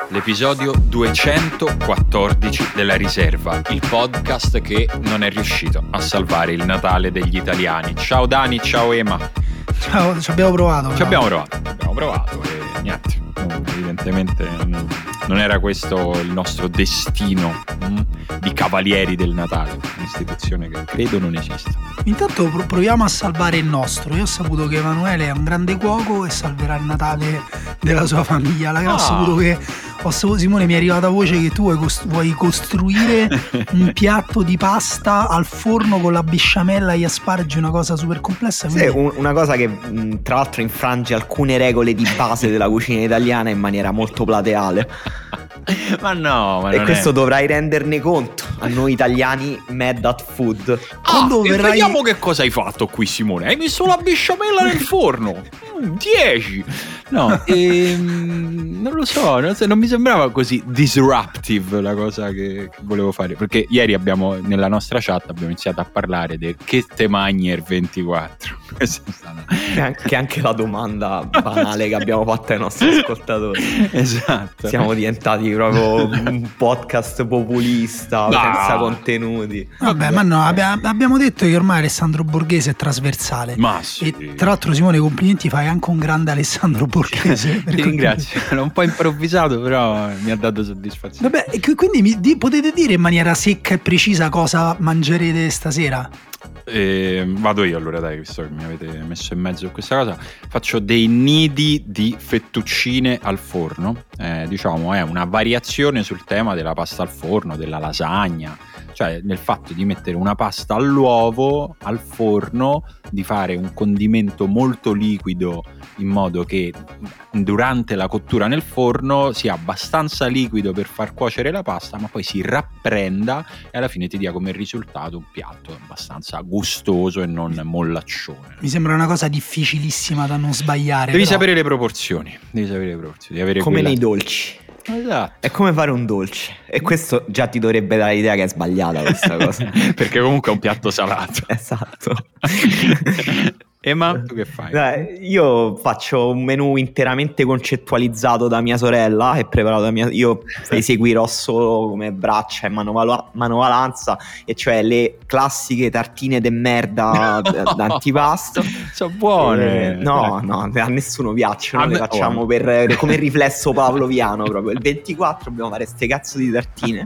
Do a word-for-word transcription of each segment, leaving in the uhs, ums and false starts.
l'episodio duecentoquattordici della Riserva, il podcast che non è riuscito a salvare il Natale degli italiani. Ciao Dani, ciao Ema. Ciao, ci abbiamo provato. Ci abbiamo provato, abbiamo provato e niente, evidentemente non era questo il nostro destino mh, di cavalieri del Natale, un'istituzione che credo non esista. Intanto proviamo a salvare il nostro. Io ho saputo che Emanuele è un grande cuoco e salverà il Natale della sua famiglia. La Ah. Ho saputo che ho saputo, Simone, mi è arrivata voce che tu vuoi, cost- vuoi costruire un piatto di pasta al forno con la besciamella e gli asparagi, una cosa super complessa. Sì, quindi- un- una cosa che mh, tra l'altro infrange alcune regole di base della cucina italiana in maniera molto plateale. Ma no, ma E non questo è... dovrai renderne conto a noi italiani mad at food. Ah, Quando e verrai- vediamo che cosa hai fatto qui, Simone. Hai messo la besciamella nel forno. dieci. No, ehm, non lo so, non so, non mi sembrava così disruptive la cosa che, che volevo fare. Perché ieri abbiamo, nella nostra chat, abbiamo iniziato a parlare del che te magni il ventiquattro. Questa è stata... Che è anche- che è anche la domanda banale che abbiamo fatto ai nostri ascoltatori. Esatto. Siamo diventati proprio un podcast populista, No. senza contenuti. Vabbè, ma no, abbia- abbiamo detto che ormai Alessandro Borghese è trasversale. Ma sì. E tra l'altro, Simone, complimenti, fai anche un grande Alessandro Borghese. Ti ringrazio. L'ho un po' improvvisato, però mi ha dato soddisfazione. Vabbè, e qui- quindi mi di- potete dire in maniera secca e precisa cosa mangerete stasera? Eh, vado io allora, dai, visto che mi avete messo in mezzo a questa cosa. Faccio dei nidi di fettuccine al forno. Eh, diciamo è una variazione sul tema della pasta al forno, della lasagna, cioè nel fatto di mettere una pasta all'uovo al forno, di fare un condimento molto liquido in modo che durante la cottura nel forno sia abbastanza liquido per far cuocere la pasta, ma poi si rapprenda e alla fine ti dia come risultato un piatto abbastanza gustoso e non mollaccione. Mi sembra una cosa difficilissima da non sbagliare. Devi però. sapere le proporzioni, devi sapere le proporzioni, devi avere Come quella... nei dolci. Esatto. È come fare un dolce. E questo già ti dovrebbe dare l'idea che è sbagliata questa cosa. Perché comunque è un piatto salato. Esatto. Ema, tu che fai? Dai, io faccio un menù interamente concettualizzato da mia sorella e preparato da mia. Io eseguirò solo come braccia e manovala- manovalanza, e cioè le classiche tartine de merda d- d'antipasto. Sono buone. Eh, no, no, a nessuno piacciono. A Le me- facciamo oh. per, come riflesso pavloviano proprio. Il ventiquattro dobbiamo fare ste cazzo di tartine.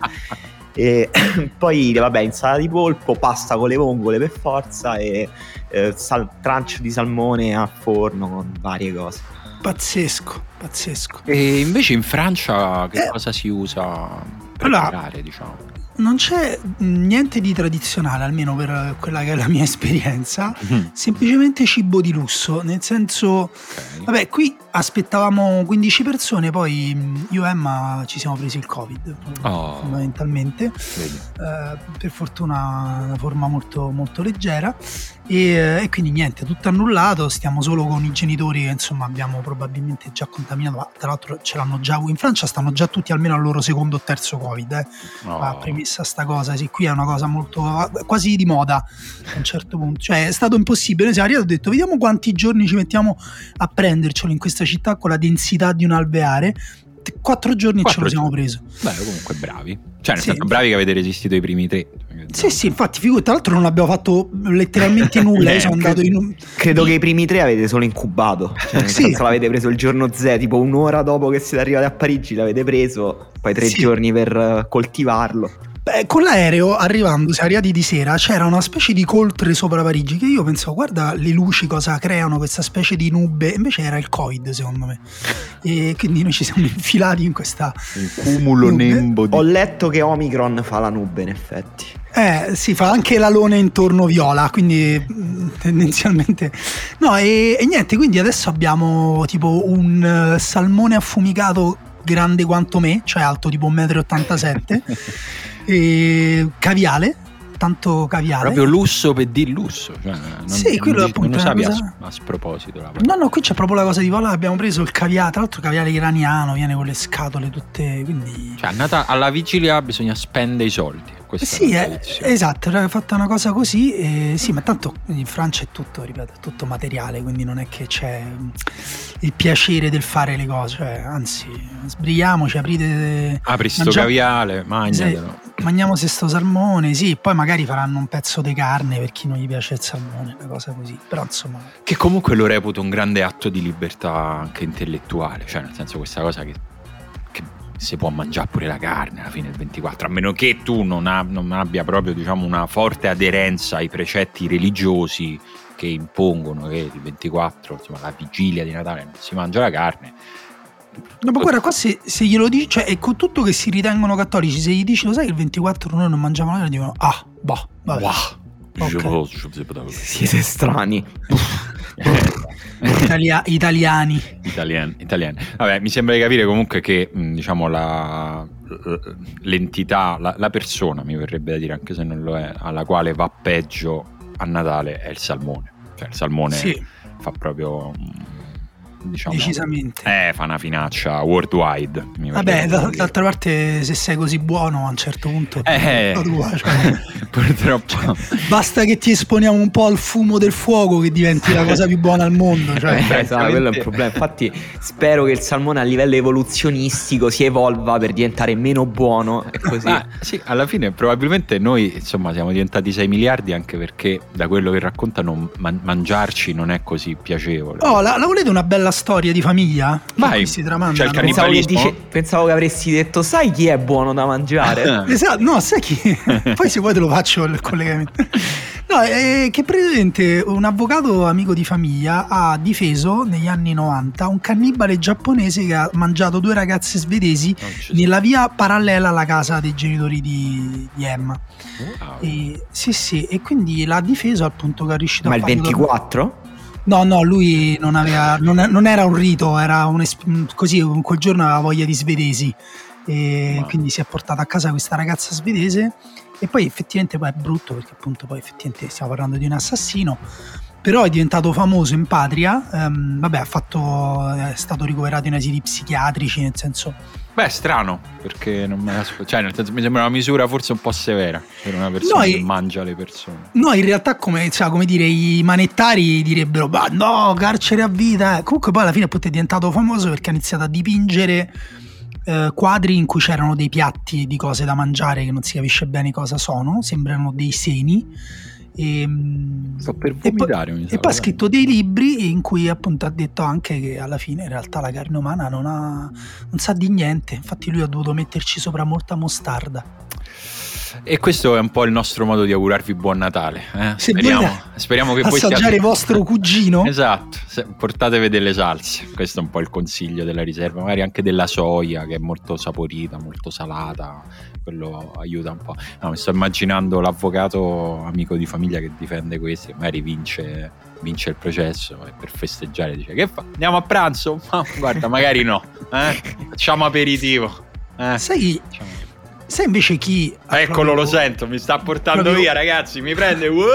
E poi vabbè, insalata di polpo, pasta con le vongole per forza e eh, sal- trancio di salmone a forno con varie cose. Pazzesco, pazzesco. E invece in Francia che Eh. cosa si usa per Allora, preparare, diciamo? Non c'è niente di tradizionale, almeno per quella che è la mia esperienza. Mm. Semplicemente cibo di lusso, nel senso, Ok. vabbè, qui aspettavamo quindici persone, poi mh, io e Emma ci siamo presi il Covid, Oh. fondamentalmente. Vedi. Eh, per fortuna una forma molto, molto leggera, e, e quindi niente, tutto annullato. Stiamo solo con i genitori che insomma abbiamo probabilmente già contaminato, ma tra l'altro ce l'hanno già in Francia, stanno già tutti almeno al loro secondo o terzo Covid, eh. Oh. Va premessa sta cosa, sì, qui è una cosa molto quasi di moda a un certo punto, cioè è stato impossibile. Noi siamo arrivati e ho detto vediamo quanti giorni ci mettiamo a prendercelo in questa città con la densità di un alveare. Quattro giorni Quattro ce lo siamo giorni. preso. Beh, comunque bravi. Cioè, nel Sì. senso, bravi che avete resistito i primi tre. Sì, sì, infatti, figu- tra l'altro non abbiamo fatto letteralmente nulla. Io sono Neanche. andato in un... Credo che i primi tre avete solo incubato, cioè, nel Sì. senso l'avete preso il giorno zero, tipo un'ora dopo che siete arrivati a Parigi l'avete preso, poi tre Sì. giorni per eh, coltivarlo. Beh, con l'aereo arrivando, siamo arrivati di sera, c'era una specie di coltre sopra Parigi che io pensavo, guarda le luci cosa creano, questa specie di nube, invece era il Covid secondo me. E quindi noi ci siamo infilati in questa... Il cumulo Nube. nembo di... Ho letto che Omicron fa la nube in effetti. Eh, si fa anche l'alone intorno viola, quindi mh, tendenzialmente... No, e, e niente, quindi adesso abbiamo tipo un uh, salmone affumicato grande quanto me, cioè alto tipo un metro e ottantasette, e caviale, soltanto caviale. Proprio lusso per dir lusso, cioè, non, sì, quello non, appunto non usavi cosa... a, a sproposito la no no qui c'è proprio la cosa di voilà, abbiamo preso il caviale, tra l'altro caviale iraniano, viene con le scatole tutte, quindi cioè andata alla vigilia bisogna spendere i soldi. Sì, è, esatto, era fatta una cosa così, eh, sì, ma tanto in Francia è tutto, ripeto, è tutto materiale, quindi non è che c'è il piacere del fare le cose, cioè, anzi, sbrighiamoci, aprite, apri sto mangia- caviale, mangiatelo. Sì, mangiamo se sto salmone, sì, poi magari faranno un pezzo di carne per chi non gli piace il salmone, una cosa così, però insomma. Che comunque lo reputo un grande atto di libertà anche intellettuale, cioè nel senso questa cosa che si può mangiare pure la carne alla fine del ventiquattro, a meno che tu non, ha, non abbia proprio diciamo una forte aderenza ai precetti religiosi che impongono che il ventiquattro, insomma la vigilia di Natale non si mangia la carne. No, ma guarda, qua se, se glielo dici, cioè, e con tutto che si ritengono cattolici, se gli dici lo sai che il ventiquattro noi non mangiamo la carne, dicono ah, boh, vabbè. Wow. Okay. Siete strani. Italia- italiani. italiani italiani vabbè, mi sembra di capire comunque che diciamo la l'entità, la, la persona, mi verrebbe da dire, anche se non lo è, alla quale va peggio a Natale è il salmone, cioè il salmone sì. fa proprio diciamo, decisamente eh, fa una finaccia worldwide. Mi vabbè, d- d'altra parte se sei così buono a un certo punto eh, tua, cioè, purtroppo basta che ti esponiamo un po' al fumo del fuoco che diventi la cosa più buona al mondo, cioè. eh, esatto, quello è il problema. Infatti spero che il salmone a livello evoluzionistico si evolva per diventare meno buono e così. Ah, sì, alla fine probabilmente noi insomma siamo diventati sei miliardi anche perché da quello che raccontano man- mangiarci non è così piacevole. Oh, la, la volete una bella storia di famiglia? Vai, si tramandano. c'è il pensavo, che cannibalismo. dice, pensavo che avresti detto sai chi è buono da mangiare? Esatto, no, sai chi? Poi se vuoi te lo faccio il collegamento. No, è che praticamente un avvocato amico di famiglia ha difeso negli anni novanta un cannibale giapponese che ha mangiato due ragazze svedesi nella via parallela alla casa dei genitori di, di Emma. Wow. E, sì, sì, e quindi l'ha difeso al punto che è riuscito Ma a il farlo. ventiquattro? No, no, lui non aveva, non, non era un rito, era un es- così, quel giorno aveva voglia di svedesi e wow. quindi si è portato a casa questa ragazza svedese e poi effettivamente poi è brutto perché appunto poi effettivamente stiamo parlando di un assassino, però è diventato famoso in patria, ehm, vabbè ha fatto, è stato ricoverato in asili psichiatrici, nel senso. Beh, strano, perché non me la sp- cioè nel senso mi sembra una misura forse un po' severa per una persona Noi, che mangia le persone. No, in realtà come, cioè, come dire, i manettari direbbero ma no, carcere a vita. Comunque poi alla fine appunto è diventato famoso perché ha iniziato a dipingere eh, quadri in cui c'erano dei piatti di cose da mangiare che non si capisce bene cosa sono, sembrano dei seni. E, Sto per e vomitare, poi, mi sa, e poi ha scritto dei libri in cui appunto ha detto anche che alla fine in realtà la carne umana non, ha, non sa di niente, infatti lui ha dovuto metterci sopra molta mostarda. E questo è un po' il nostro modo di augurarvi buon Natale, eh? speriamo, speriamo che voi assaggiare siate... vostro cugino. Esatto, portatevi delle salse, questo è un po' il consiglio della riserva, magari anche della soia che è molto saporita, molto salata, quello aiuta un po'. No, mi sto immaginando l'avvocato amico di famiglia che difende questi, magari vince, vince il processo e per festeggiare dice che fa? Andiamo a pranzo? Ma guarda, magari no, eh? Facciamo aperitivo. Eh? Sai, Facciamo... sai invece chi... Eccolo, proprio... lo sento, mi sta portando proprio... via ragazzi, mi prende... Wow!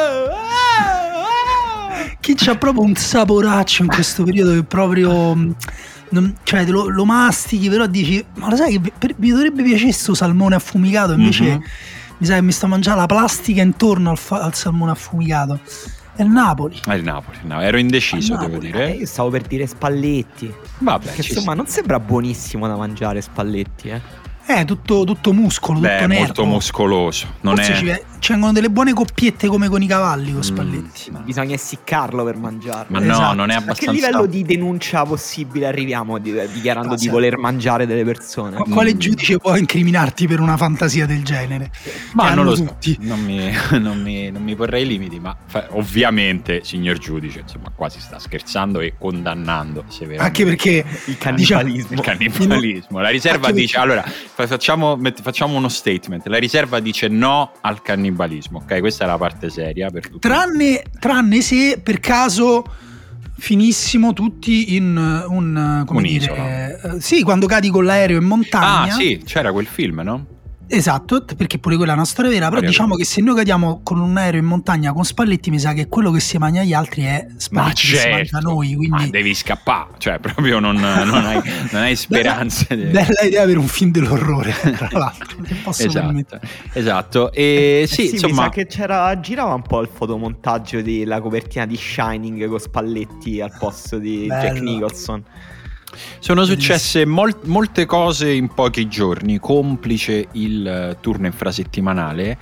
Chi c'ha proprio un saporaccio in questo periodo che proprio... Non, cioè lo, lo mastichi, però dici ma lo sai che per, mi dovrebbe piacere sto salmone affumicato, invece mm-hmm. mi sa che mi sto mangiando la plastica intorno al, fa, al salmone affumicato. È il Napoli. È il Napoli, no, ero indeciso, devo dire. Eh, io stavo per dire Spalletti. Vabbè, perché insomma sta. Non sembra buonissimo da mangiare Spalletti, eh. Eh, tutto, tutto muscolo, Beh, tutto nervo. molto muscoloso. Non Forse è... ci c'erano delle buone coppiette come con i cavalli con Spalletti. Mm, no. Bisogna essiccarlo per mangiarlo. Ma esatto. no, non è abbastanza. A che livello di denuncia possibile arriviamo di, dichiarando no, di voler mangiare delle persone? Qu- quale mm. giudice può incriminarti per una fantasia del genere? Ma che non lo tutti. so, non mi, non, mi, non mi porrei limiti, ma fa, ovviamente, signor giudice, insomma, qua si sta scherzando e condannando severamente. Anche perché il cannibalismo. Diciamo, il cannibalismo. La riserva Anche dice, perché... allora, facciamo, facciamo uno statement. La riserva dice no al cannibalismo, ok? Questa è la parte seria per tutti. Tranne, tranne se per caso finissimo tutti in un come Un'isola. dire, eh, sì, quando cadi con l'aereo in montagna. Ah sì, c'era quel film, no? Esatto, perché pure quella è una storia vera, però Storia diciamo vera. che se noi cadiamo con un aereo in montagna con Spalletti, mi sa che quello che si mangia agli altri è Ma Spalletti che si mangia a certo, noi, ma quindi devi scappare, cioè proprio non, non hai, non hai speranze. di- bella idea per un film dell'orrore, tra l'altro, se posso Esatto, permettere. esatto. E Eh sì, sì, mi insomma, sa che c'era, girava un po' il fotomontaggio della copertina di Shining con Spalletti al posto di Bello. Jack Nicholson. sono successe mol- molte cose in pochi giorni, complice il eh, turno infrasettimanale.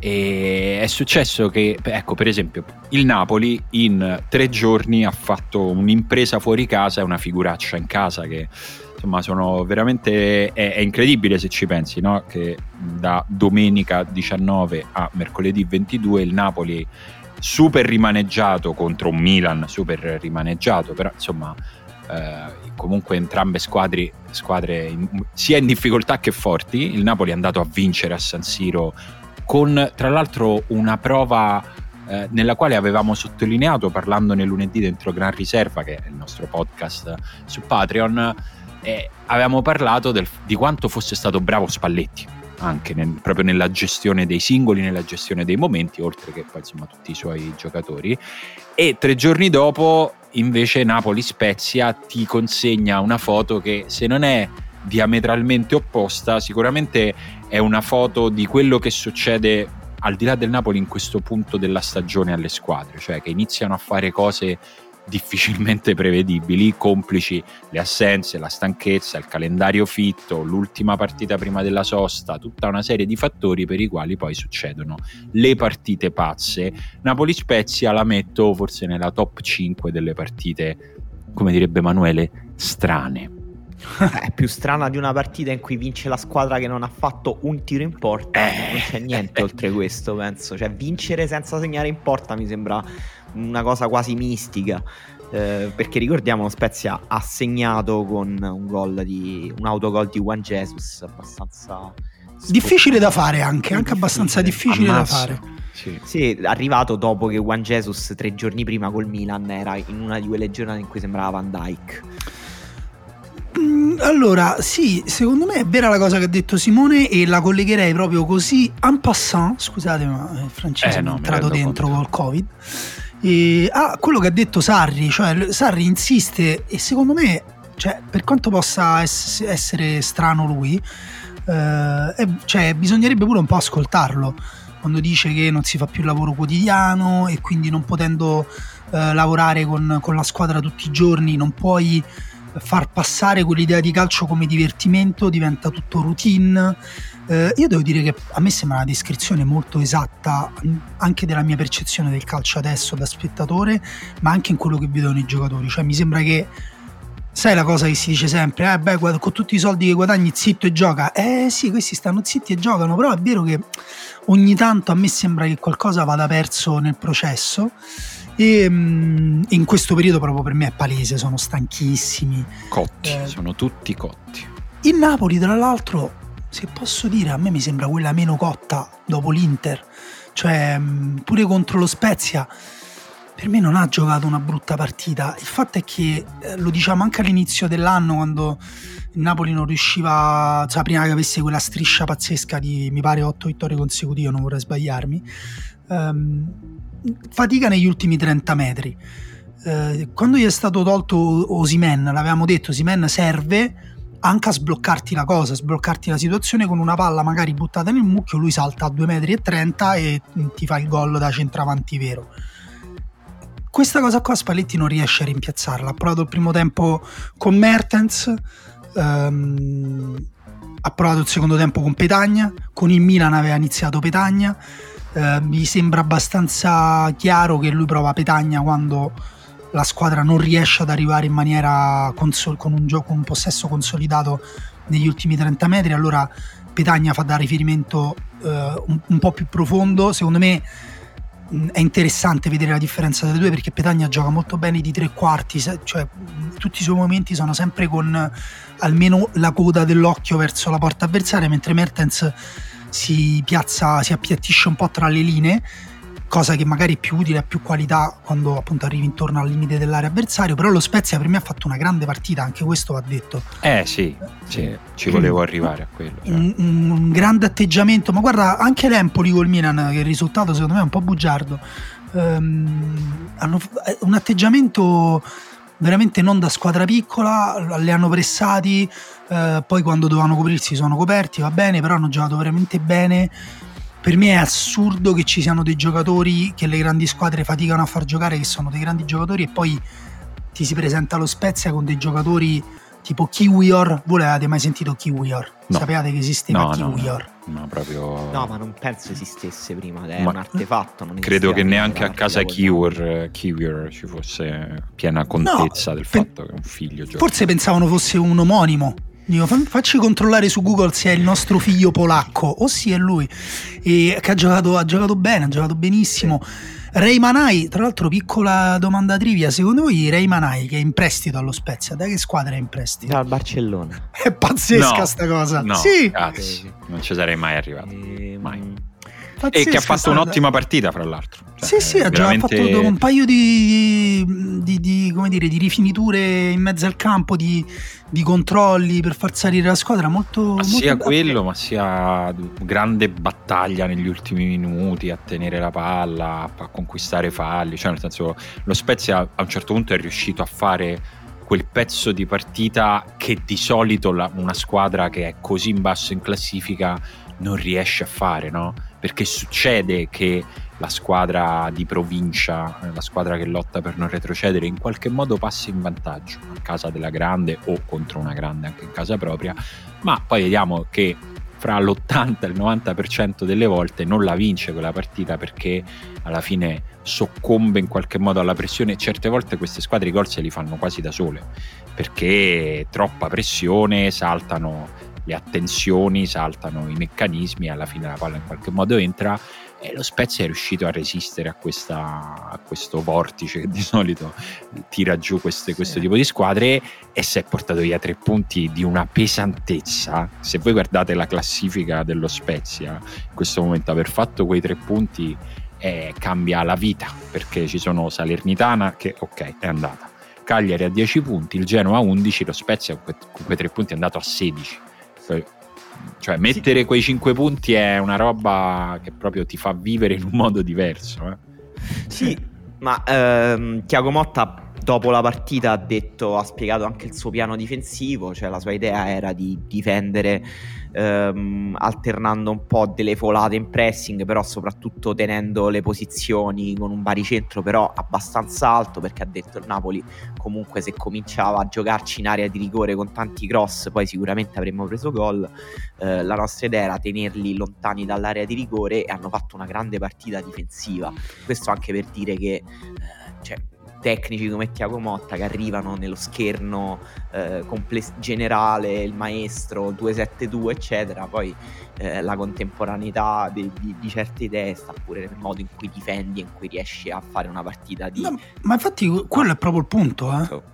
E è successo che, ecco, per esempio, il Napoli in tre giorni ha fatto un'impresa fuori casa e una figuraccia in casa che insomma sono veramente è, è incredibile se ci pensi, no? Che da domenica diciannove a mercoledì ventidue il Napoli super rimaneggiato contro un Milan super rimaneggiato, però insomma eh, comunque entrambe squadre, squadre in, sia in difficoltà che forti. Il Napoli è andato a vincere a San Siro con tra l'altro una prova eh, nella quale avevamo sottolineato, parlandone lunedì dentro Gran Riserva, che è il nostro podcast su Patreon, eh, avevamo parlato del, di quanto fosse stato bravo Spalletti anche nel, proprio nella gestione dei singoli, nella gestione dei momenti, oltre che poi insomma tutti i suoi giocatori. E tre giorni dopo invece Napoli-Spezia ti consegna una foto che, se non è diametralmente opposta, sicuramente è una foto di quello che succede al di là del Napoli in questo punto della stagione alle squadre, cioè che iniziano a fare cose difficilmente prevedibili, complici le assenze, la stanchezza, il calendario fitto, l'ultima partita prima della sosta, tutta una serie di fattori per i quali poi succedono le partite pazze. Napoli-Spezia la metto forse nella top cinque delle partite, come direbbe Emanuele, strane. È più strana di una partita in cui vince la squadra che non ha fatto un tiro in porta. Eh. Non c'è niente oltre questo, penso. Cioè, vincere senza segnare in porta mi sembra una cosa quasi mistica. Eh, perché ricordiamo, Spezia ha segnato con un gol di un autogol di Juan Jesus abbastanza Difficile da fare anche, anche abbastanza difficile da Ammazza. fare. Sì. Sì, arrivato dopo che Juan Jesus tre giorni prima col Milan era in una di quelle giornate in cui sembrava Van Dijk. Mm, Allora, sì, secondo me è vera la cosa che ha detto Simone e la collegherei proprio così en passant. Scusate, ma eh, Francesco Eh, no, è mi entrato rendo dentro conto. col Covid. E, ah, quello che ha detto Sarri, cioè l- Sarri insiste e secondo me, cioè, per quanto possa ess- essere strano lui, eh, è- cioè, bisognerebbe pure un po' ascoltarlo quando dice che non si fa più lavoro quotidiano e quindi non potendo eh, lavorare con, con la squadra tutti i giorni non puoi far passare quell'idea di calcio come divertimento, diventa tutto routine. Eh, io devo dire che a me sembra una descrizione molto esatta mh, anche della mia percezione del calcio adesso da spettatore, ma anche in quello che vedo nei giocatori. Cioè mi sembra che, sai la cosa che si dice sempre, eh beh, guarda, con tutti i soldi che guadagni zitto e gioca. Eh sì, questi stanno zitti e giocano, però è vero che ogni tanto a me sembra che qualcosa vada perso nel processo. E mh, in questo periodo proprio per me è palese, sono stanchissimi. Cotti, Eh. sono tutti cotti. Il Napoli, tra l'altro, se posso dire, a me mi sembra quella meno cotta dopo l'Inter, cioè mh, pure contro lo Spezia per me non ha giocato una brutta partita. Il fatto è che eh, lo diciamo anche all'inizio dell'anno, quando il Napoli non riusciva, cioè prima che avesse quella striscia pazzesca di mi pare otto vittorie consecutive, non vorrei sbagliarmi, ehm, fatica negli ultimi trenta metri. Eh, quando gli è stato tolto Osimhen, l'avevamo detto, Osimhen serve anche a sbloccarti la cosa, sbloccarti la situazione con una palla magari buttata nel mucchio, lui salta a due metri e trenta e ti fa il gol da centravanti vero. Questa cosa qua Spalletti non riesce a rimpiazzarla. Ha provato il primo tempo con Mertens, ehm, ha provato il secondo tempo con Petagna, con il Milan aveva iniziato Petagna. Eh, mi sembra abbastanza chiaro che lui prova Petagna quando la squadra non riesce ad arrivare in maniera consol- con un gioco, un possesso consolidato negli ultimi trenta metri, allora Petagna fa da riferimento eh, un, un po' più profondo. Secondo me mh, è interessante vedere la differenza delle due, perché Petagna gioca molto bene di tre quarti, se- cioè mh, tutti i suoi momenti sono sempre con eh, almeno la coda dell'occhio verso la porta avversaria, mentre Mertens si piazza, si appiattisce un po' tra le linee. cosa che magari è più utile, ha più qualità quando appunto arrivi intorno al limite dell'area avversario. Però lo Spezia per me ha fatto una grande partita, anche questo va detto. Eh sì, sì, ci volevo arrivare a quello. Cioè. Un, un, un grande atteggiamento, ma guarda anche l'Empoli col Milan, che il risultato secondo me è un po' bugiardo, um, hanno un atteggiamento veramente non da squadra piccola, li hanno pressati, eh, poi quando dovevano coprirsi sono coperti, va bene, però hanno giocato veramente bene. Per me è assurdo che ci siano dei giocatori che le grandi squadre faticano a far giocare, che sono dei grandi giocatori, e poi ti si presenta lo Spezia con dei giocatori tipo Kiwior. Voi l'avete mai sentito Kiwior? No. Sapevate che esisteva no, Kiwior? No, no, proprio... No, ma non penso esistesse prima, è Ma un artefatto. Non credo che neanche a prima casa della Kiwior, Kiwior ci fosse piena contezza No, del pe- fatto che un figlio gioca. Forse pensavano fosse un omonimo. Dico, fa- facci controllare su Google se è il nostro figlio polacco o sì è lui, e che ha giocato, ha giocato bene, ha giocato benissimo. Ray Manai, tra l'altro, piccola domanda trivia, secondo voi Ray Manai, che è in prestito allo Spezia, da che squadra è in prestito? Dal Barcellona. È pazzesca No, sta cosa. No, sì, cazzo, non ci sarei mai arrivato. Ehm, Mai. pazzesca E che ha fatto stata. un'ottima partita, fra l'altro. Cioè, Sì, sì, ha già veramente... fatto un paio di, di, di, come dire, di rifiniture in mezzo al campo, di, di controlli per far salire la squadra. Molto, Ma molto sia bene. quello, ma sia grande battaglia negli ultimi minuti a tenere la palla, a conquistare falli. Cioè, nel senso, lo Spezia a un certo punto è riuscito a fare quel pezzo di partita che di solito la, una squadra che è così in basso in classifica non riesce a fare, no? Perché succede che la squadra di provincia, la squadra che lotta per non retrocedere, in qualche modo passi in vantaggio a casa della grande o contro una grande anche in casa propria, ma poi vediamo che fra l'ottanta e il novanta per cento delle volte non la vince quella partita, perché alla fine soccombe in qualche modo alla pressione. Certe volte queste squadre i gol se li fanno quasi da sole, perché troppa pressione, saltano le attenzioni, saltano i meccanismi, alla fine la palla in qualche modo entra, e lo Spezia è riuscito a resistere a, questa, a questo vortice che di solito tira giù queste, questo tipo di squadre, e si è portato via tre punti di una pesantezza. Se voi guardate la classifica dello Spezia in questo momento, aver fatto quei tre punti eh, cambia la vita, perché ci sono Salernitana che ok è andata, Cagliari a dieci punti, il Genoa a undici, lo Spezia con quei, con quei tre punti è andato a sedici. Cioè mettere quei cinque punti è una roba che proprio ti fa vivere in un modo diverso, eh. Sì, ma ehm, Thiago Motta dopo la partita ha detto, ha spiegato anche il suo piano difensivo, cioè la sua idea era di difendere ehm, alternando un po' delle folate in pressing, però soprattutto tenendo le posizioni con un baricentro però abbastanza alto, perché ha detto il Napoli comunque se cominciava a giocarci in area di rigore con tanti cross poi sicuramente avremmo preso gol. Eh, la nostra idea era tenerli lontani dall'area di rigore, e hanno fatto una grande partita difensiva. Questo anche per dire che eh, cioè, tecnici come Thiago Motta che arrivano nello scherno eh, complesso, generale, il maestro due sette due eccetera, poi eh, la contemporaneità di, di, di certe idee sta pure nel modo in cui difendi e in cui riesci a fare una partita di... No, ma infatti quello è proprio il punto, eh. So.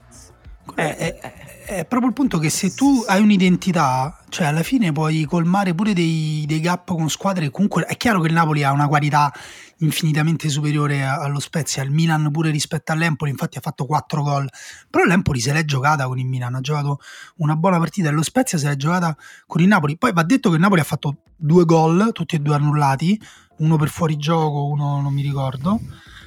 È, è, è proprio il punto che se tu hai un'identità, cioè alla fine puoi colmare pure dei, dei gap con squadre. Comunque è chiaro che il Napoli ha una qualità infinitamente superiore allo Spezia, il Milan pure rispetto all'Empoli, infatti ha fatto quattro gol, però l'Empoli se l'è giocata con il Milan, ha giocato una buona partita, e lo Spezia se l'è giocata con il Napoli. Poi va detto che il Napoli ha fatto due gol, tutti e due annullati, uno per fuorigioco, uno non mi ricordo,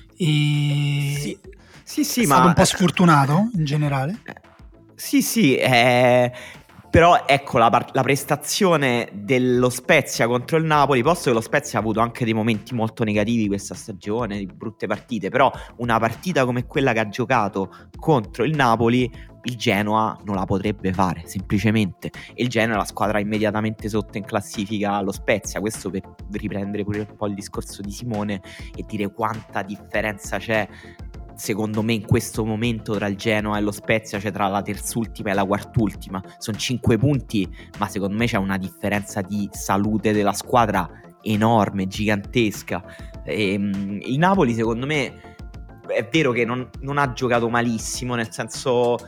e Sì, sì, sì, è ma stato un po' sfortunato in generale. Sì, sì, eh, però ecco la, par- la prestazione dello Spezia contro il Napoli, posto che lo Spezia ha avuto anche dei momenti molto negativi questa stagione, di brutte partite, però una partita come quella che ha giocato contro il Napoli, il Genoa non la potrebbe fare, semplicemente. E il Genoa è la squadra immediatamente sotto in classifica allo Spezia. Questo per riprendere pure un po' il discorso di Simone e dire quanta differenza c'è secondo me in questo momento tra il Genoa e lo Spezia, cioè tra la terzultima e la quartultima. Sono cinque punti, ma secondo me c'è una differenza di salute della squadra enorme, gigantesca. E, um, il Napoli secondo me è vero che non, non ha giocato malissimo, nel senso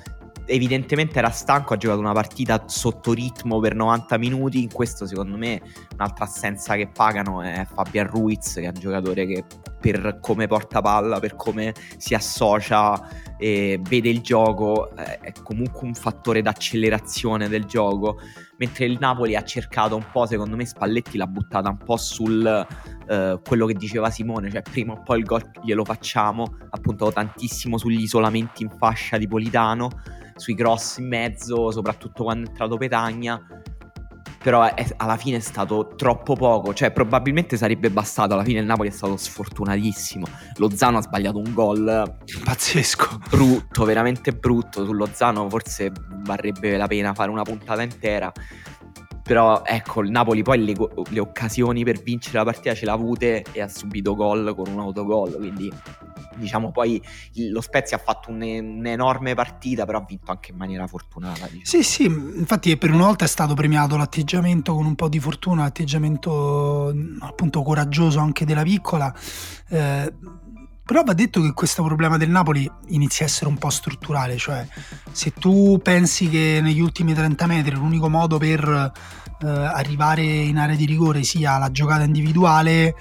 evidentemente era stanco, ha giocato una partita sotto ritmo per novanta minuti. In questo secondo me un'altra assenza che pagano è Fabian Ruiz, che è un giocatore che per come porta palla, per come si associa e vede il gioco, è comunque un fattore d'accelerazione del gioco, mentre il Napoli ha cercato un po', secondo me Spalletti l'ha buttata un po' sul uh, quello che diceva Simone, cioè prima o poi il gol glielo facciamo, ha puntato tantissimo sugli isolamenti in fascia di Politano, sui cross in mezzo, soprattutto quando è entrato Petagna, però è, alla fine è stato troppo poco, cioè probabilmente sarebbe bastato, alla fine il Napoli è stato sfortunatissimo. Lozano ha sbagliato un gol pazzesco, brutto, veramente brutto. Su Lozano forse varrebbe la pena fare una puntata intera, però ecco, il Napoli poi le, le occasioni per vincere la partita ce l'ha avute e ha subito gol con un autogol, quindi diciamo poi lo Spezia ha fatto un, un'enorme partita, però ha vinto anche in maniera fortunata, diciamo. Sì, sì, infatti per una volta è stato premiato l'atteggiamento con un po' di fortuna, l'atteggiamento appunto coraggioso anche della Piccola, eh, però va detto che questo problema del Napoli inizia a essere un po' strutturale, cioè se tu pensi che negli ultimi trenta metri l'unico modo per eh, arrivare in area di rigore sia la giocata individuale,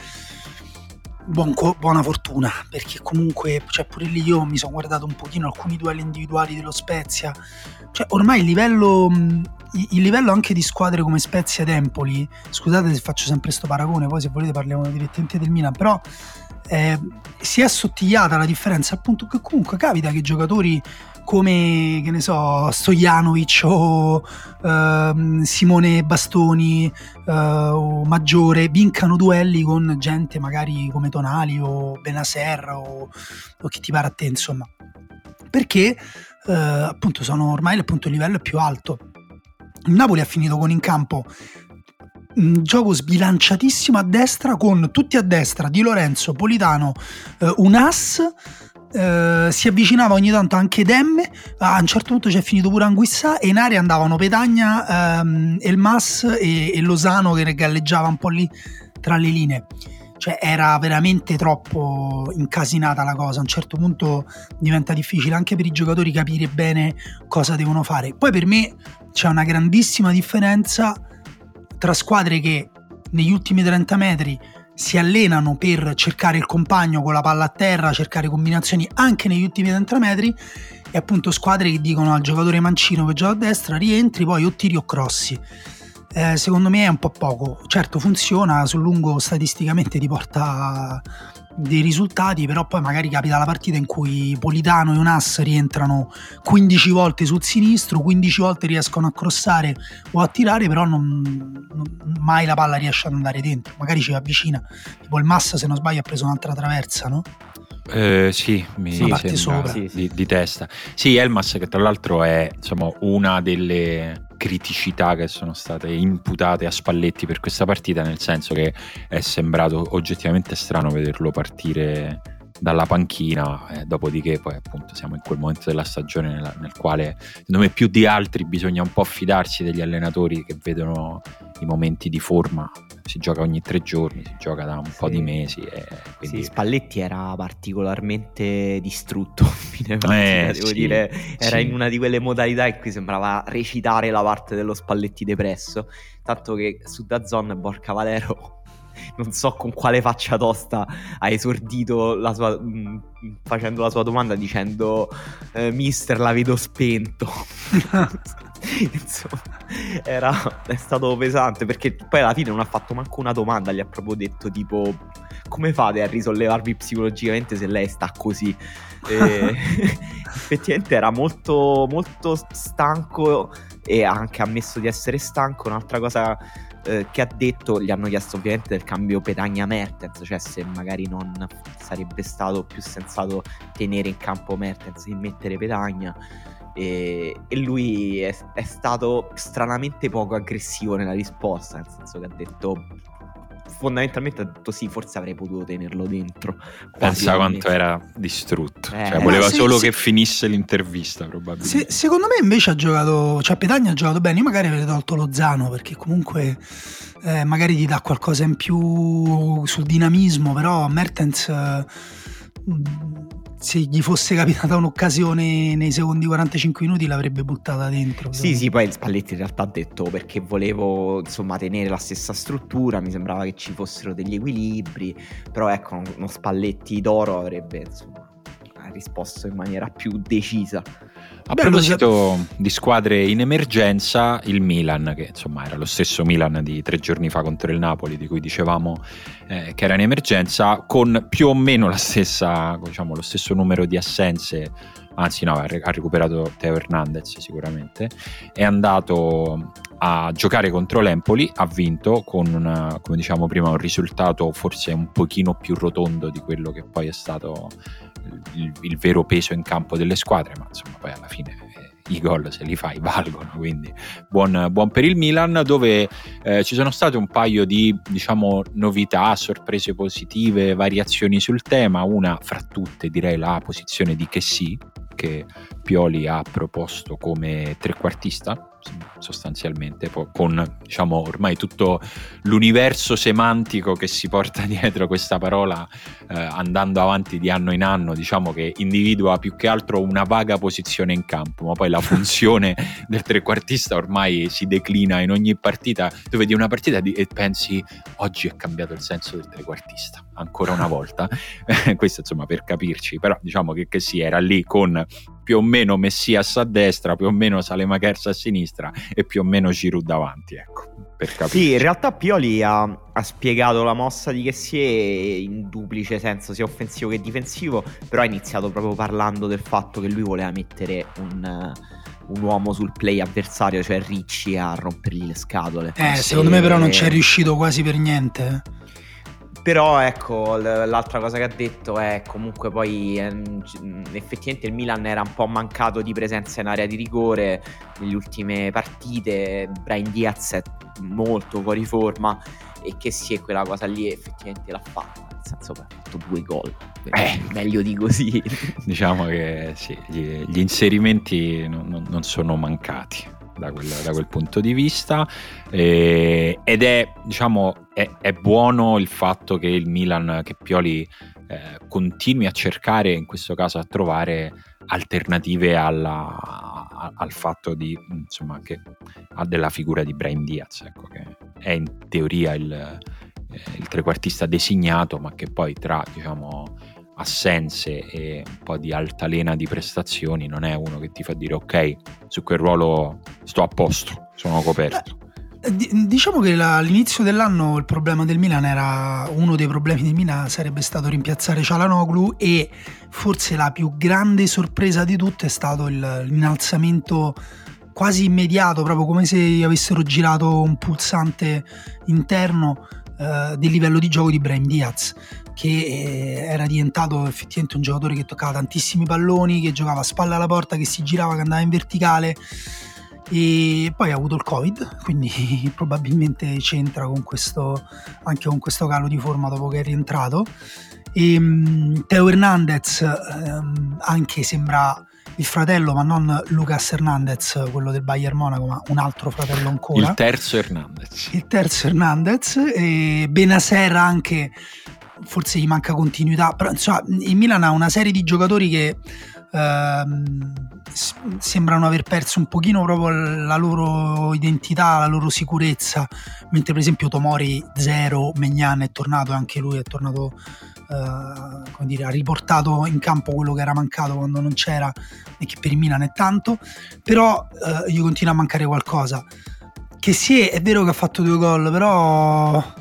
Buon co- buona fortuna, perché comunque cioè pure lì io mi sono guardato un pochino alcuni duelli individuali dello Spezia, cioè ormai il livello il livello anche di squadre come Spezia ed Empoli, scusate se faccio sempre sto paragone, poi se volete parliamo direttamente del Milan, però eh, si è assottigliata la differenza, appunto, che comunque capita che giocatori come, che ne so, Stojanovic o uh, Simone Bastoni uh, o Maggiore vincano duelli con gente magari come Tonali o Benacer o, o chi ti pare a te, insomma, perché uh, appunto sono ormai appunto il livello è più alto. Il Napoli ha finito con in campo un gioco sbilanciatissimo a destra, con tutti a destra, Di Lorenzo, Politano, uh, un as. Uh, si avvicinava ogni tanto anche Demme, a un certo punto c'è finito pure Anguissà e in area andavano Petagna, um, Elmas e, e Lozano che galleggiava un po' lì tra le linee, cioè era veramente troppo incasinata la cosa. A un certo punto diventa difficile anche per i giocatori capire bene cosa devono fare. Poi per me c'è una grandissima differenza tra squadre che negli ultimi trenta metri si allenano per cercare il compagno con la palla a terra, cercare combinazioni anche negli ultimi trenta metri, e appunto squadre che dicono al giocatore mancino che gioca a destra rientri, poi o tiri o crossi. Eh, secondo me è un po' poco. Certo funziona, sul lungo statisticamente ti porta dei risultati, però poi magari capita la partita in cui Politano e Unas rientrano quindici volte sul sinistro, quindici volte riescono a crossare o a tirare, però non, non mai la palla riesce ad andare dentro, magari ci va vicina, tipo il Massa se non sbaglio ha preso un'altra traversa, no? Eh, sì, mi sì, parte sembra sopra. Di, di testa. Sì, Elmas, che tra l'altro è insomma una delle criticità che sono state imputate a Spalletti per questa partita, nel senso che è sembrato oggettivamente strano vederlo partire dalla panchina, eh, dopodiché poi appunto siamo in quel momento della stagione nel, nel quale secondo me più di altri bisogna un po' fidarsi degli allenatori che vedono i momenti di forma. Si gioca ogni tre giorni, si gioca da un sì. po' di mesi e quindi... Sì, Spalletti era particolarmente distrutto fine partita, eh, devo sì, dire, era sì. in una di quelle modalità in cui sembrava recitare la parte dello Spalletti depresso, tanto che su DAZN Borca Valero non so con quale faccia tosta ha esordito la sua, mh, facendo la sua domanda dicendo eh, mister la vedo spento. Insomma, era, è stato pesante, perché poi alla fine non ha fatto manco una domanda, gli ha proprio detto tipo come fate a risollevarvi psicologicamente se lei sta così. E effettivamente era molto molto stanco e ha anche ammesso di essere stanco. Un'altra cosa eh, che ha detto, gli hanno chiesto ovviamente del cambio Petagna-Mertens, cioè se magari non sarebbe stato più sensato tenere in campo Mertens e mettere Petagna. E, e lui è, è stato stranamente poco aggressivo nella risposta, nel senso che ha detto, fondamentalmente ha detto sì, forse avrei potuto tenerlo dentro. Pensa quanto era distrutto, eh, cioè voleva sì, solo sì. che finisse l'intervista probabilmente. Se, secondo me invece ha giocato, cioè Petagna ha giocato bene. Io magari avrei tolto Lozano perché comunque eh, magari gli dà qualcosa in più sul dinamismo, però Mertens eh, se gli fosse capitata un'occasione nei secondi quarantacinque minuti l'avrebbe buttata dentro. Sì, sì, poi Spalletti in realtà ha detto perché volevo insomma tenere la stessa struttura, mi sembrava che ci fossero degli equilibri, però ecco, uno Spalletti d'oro avrebbe insomma risposto in maniera più decisa. A proposito di squadre in emergenza, il Milan, che insomma era lo stesso Milan di tre giorni fa contro il Napoli, di cui dicevamo eh, che era in emergenza, con più o meno la stessa, diciamo, lo stesso numero di assenze, anzi no, ha, ha recuperato Theo Hernandez sicuramente, è andato a giocare contro l'Empoli, ha vinto con una, come diciamo prima, un risultato forse un pochino più rotondo di quello che poi è stato il, il vero peso in campo delle squadre, ma insomma poi alla fine eh, i gol se li fai valgono, quindi buon, buon per il Milan, dove eh, ci sono state un paio di, diciamo, novità, sorprese positive, variazioni sul tema. Una fra tutte direi la posizione di Kessie, che Pioli ha proposto come trequartista sostanzialmente, con diciamo ormai tutto l'universo semantico che si porta dietro questa parola, eh, andando avanti di anno in anno, diciamo che individua più che altro una vaga posizione in campo, ma poi la funzione del trequartista ormai si declina in ogni partita. Tu vedi una partita di, e pensi oggi è cambiato il senso del trequartista ancora una volta. Questo insomma per capirci, però diciamo che, che si era lì con più o meno Messias a destra, più o meno Saelemaekers a sinistra e più o meno Giroud davanti, ecco, per capire. Sì, in realtà Pioli ha, ha spiegato la mossa di Kessie in duplice senso, sia offensivo che difensivo, però ha iniziato proprio parlando del fatto che lui voleva mettere un, un uomo sul play avversario, cioè Ricci, a rompergli le scatole. Eh, secondo me però non ci è riuscito quasi per niente. Però ecco, l'altra cosa che ha detto è comunque poi ehm, effettivamente il Milan era un po' mancato di presenza in area di rigore nelle ultime partite. Brahim Diaz è molto fuori forma e che sì, è quella cosa lì effettivamente l'ha fatta, nel senso che ha fatto due gol, eh, meglio di così. Diciamo che sì, gli, gli inserimenti non, non sono mancati da quel, da quel punto di vista, eh, ed è diciamo è, è buono il fatto che il Milan, che Pioli eh, continui a cercare, in questo caso a trovare alternative alla, a, al fatto di insomma che ha della figura di Brahim Diaz, ecco, che è in teoria il, eh, il trequartista designato, ma che poi tra diciamo assenze e un po' di altalena di prestazioni non è uno che ti fa dire ok, su quel ruolo sto a posto, sono coperto. D- diciamo che la, all'inizio dell'anno il problema del Milan era, uno dei problemi del Milan sarebbe stato rimpiazzare Çalhanoğlu, e forse la più grande sorpresa di tutte è stato il, l'innalzamento quasi immediato, proprio come se avessero girato un pulsante interno eh, del livello di gioco di Brahim Diaz, che eh, era diventato effettivamente un giocatore che toccava tantissimi palloni, che giocava a spalla alla porta, che si girava, che andava in verticale, e poi ha avuto il Covid, quindi probabilmente c'entra con questo, anche con questo calo di forma dopo che è rientrato. E um, Theo Hernandez um, anche sembra il fratello, ma non Lucas Hernandez, quello del Bayern Monaco, ma un altro fratello ancora, il terzo Hernandez il terzo Hernandez. E Benacer anche, forse gli manca continuità, però insomma il Milan ha una serie di giocatori che ehm, s- sembrano aver perso un pochino proprio la loro identità, la loro sicurezza, mentre per esempio Tomori zero, Maignan è tornato, e anche lui è tornato, eh, come dire, ha riportato in campo quello che era mancato quando non c'era, e che per il Milan è tanto. Però eh, gli continua a mancare qualcosa. Che sì, è vero che ha fatto due gol, però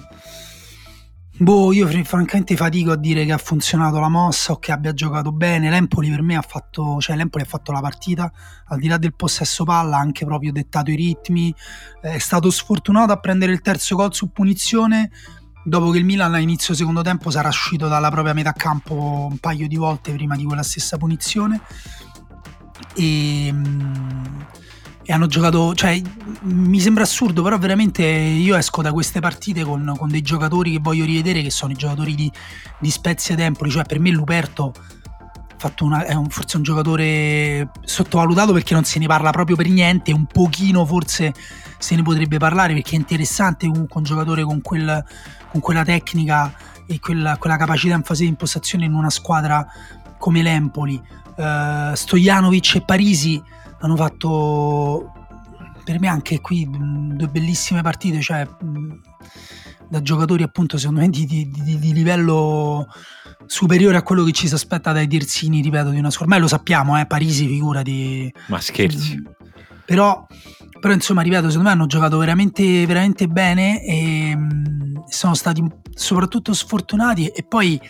boh, io francamente fatico a dire che ha funzionato la mossa o che abbia giocato bene. L'Empoli per me ha fatto, cioè l'Empoli ha fatto la partita, al di là del possesso palla, ha anche proprio dettato i ritmi, è stato sfortunato a prendere il terzo gol su punizione, dopo che il Milan a inizio secondo tempo sarà uscito dalla propria metà campo un paio di volte prima di quella stessa punizione, e e hanno giocato, cioè mi sembra assurdo, però veramente io esco da queste partite con, con dei giocatori che voglio rivedere, che sono i giocatori di, di Spezia ed Empoli. Cioè per me Luperto fatto una, è un, forse un giocatore sottovalutato, perché non se ne parla proprio per niente, un pochino forse se ne potrebbe parlare, perché è interessante comunque un giocatore con, quel, con quella tecnica e quella, quella capacità in fase di impostazione in una squadra come l'Empoli, uh, Stojanovic e Parisi hanno fatto per me anche qui mh, due bellissime partite, cioè mh, da giocatori appunto secondo me di, di, di, di livello superiore a quello che ci si aspetta dai terzini, ripeto, di una squadra. Ormai lo sappiamo, eh, Parisi figurati. Ma scherzi. Però, però insomma, ripeto, secondo me hanno giocato veramente, veramente bene e mh, sono stati soprattutto sfortunati. E poi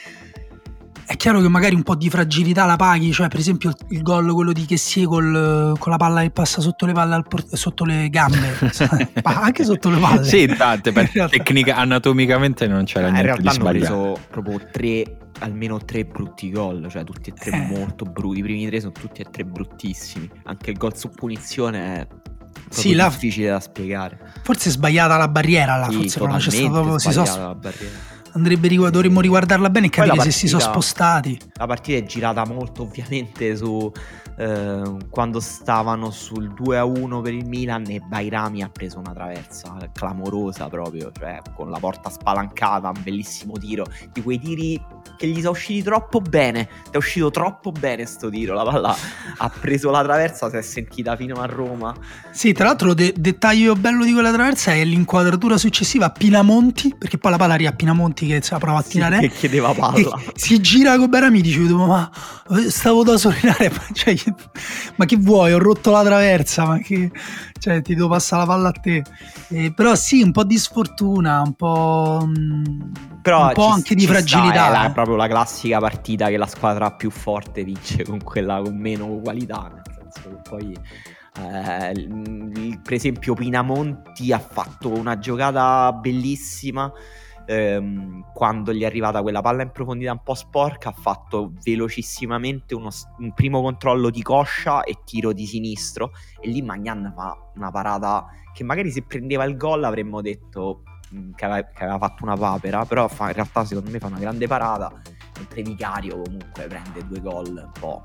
è chiaro che magari un po' di fragilità la paghi, cioè per esempio il, il gol quello di Kessie col, con la palla che passa sotto le palle al port- sotto le gambe anche sotto le palle, sì, tante, per tecnica, anatomicamente non c'era eh, niente di sbagliato. In realtà hanno preso proprio tre, almeno tre brutti gol, cioè tutti e tre eh. molto brutti. I primi tre sono tutti e tre bruttissimi, anche il gol su punizione è sì, la... difficile da spiegare. Forse è sbagliata la barriera là, sì, forse c'è stato si so... la barriera. Andrebbe, dovremmo riguardarla bene e capire partita, se si sono spostati. La partita è girata molto ovviamente su eh, quando stavano sul due a uno per il Milan e Bairami ha preso una traversa clamorosa proprio, cioè con la porta spalancata, un bellissimo tiro, di quei tiri che gli sono usciti troppo bene, è uscito troppo bene sto tiro, la palla ha preso la traversa, si è sentita fino a Roma. Sì, tra l'altro de- dettaglio bello di quella traversa è l'inquadratura successiva a Pinamonti, perché poi la palla arriva a Pinamonti che si prova a tirare, sì, che chiedeva palla, si gira con Bairami, dice ma stavo da solinare, cioè, ma che vuoi, ho rotto la traversa, ma che, cioè ti devo passare la palla a te. Eh, però sì, un po' di sfortuna, un po', però un po' ci, anche di fragilità. Sta, è la, proprio la classica partita che la squadra più forte vince con quella con meno qualità, nel senso che poi eh, il, per esempio Pinamonti ha fatto una giocata bellissima ehm, quando gli è arrivata quella palla in profondità un po' sporca, ha fatto velocissimamente uno, un primo controllo di coscia e tiro di sinistro, e lì Magnan fa una parata che magari se prendeva il gol avremmo detto che aveva, che aveva fatto una papera, però fa, in realtà secondo me fa una grande parata, mentre Vicario comunque prende due gol un po'.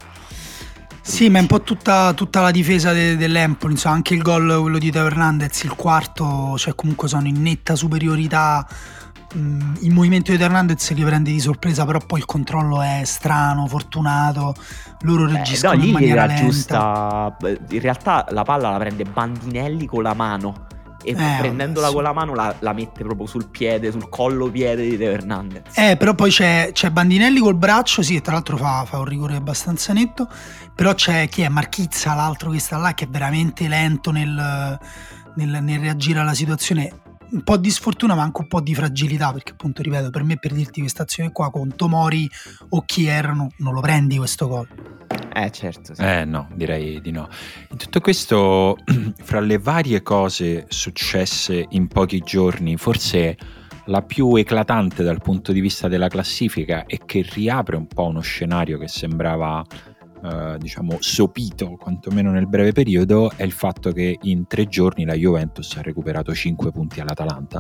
Sì, ma è un po' tutta, tutta la difesa de, dell'Empoli, insomma, anche il gol quello di Teo Hernandez, il quarto, cioè comunque sono in netta superiorità. Mm, il movimento di Teo Hernandez li prende di sorpresa, però poi il controllo è strano, fortunato, loro reagiscono eh, no, in maniera lenta. Giusta, in realtà la palla la prende Bandinelli con la mano e eh, prendendola vabbè, con la mano la, la mette proprio sul piede, sul collo piede di Teo Hernandez. Eh, però poi c'è, c'è Bandinelli col braccio, sì, e tra l'altro fa, fa un rigore abbastanza netto, però c'è chi è Marchizza, l'altro che sta là, che è veramente lento nel, nel, nel reagire alla situazione. Un po' di sfortuna ma anche un po' di fragilità, perché appunto ripeto, per me, per dirti questa azione qua con Tomori o chi erano, non lo prendi questo gol. Eh certo sì. Eh no, direi di no. In tutto questo, fra le varie cose successe in pochi giorni, forse la più eclatante dal punto di vista della classifica e che riapre un po' uno scenario che sembrava Uh, diciamo sopito quantomeno nel breve periodo, è il fatto che in tre giorni la Juventus ha recuperato cinque punti all'Atalanta,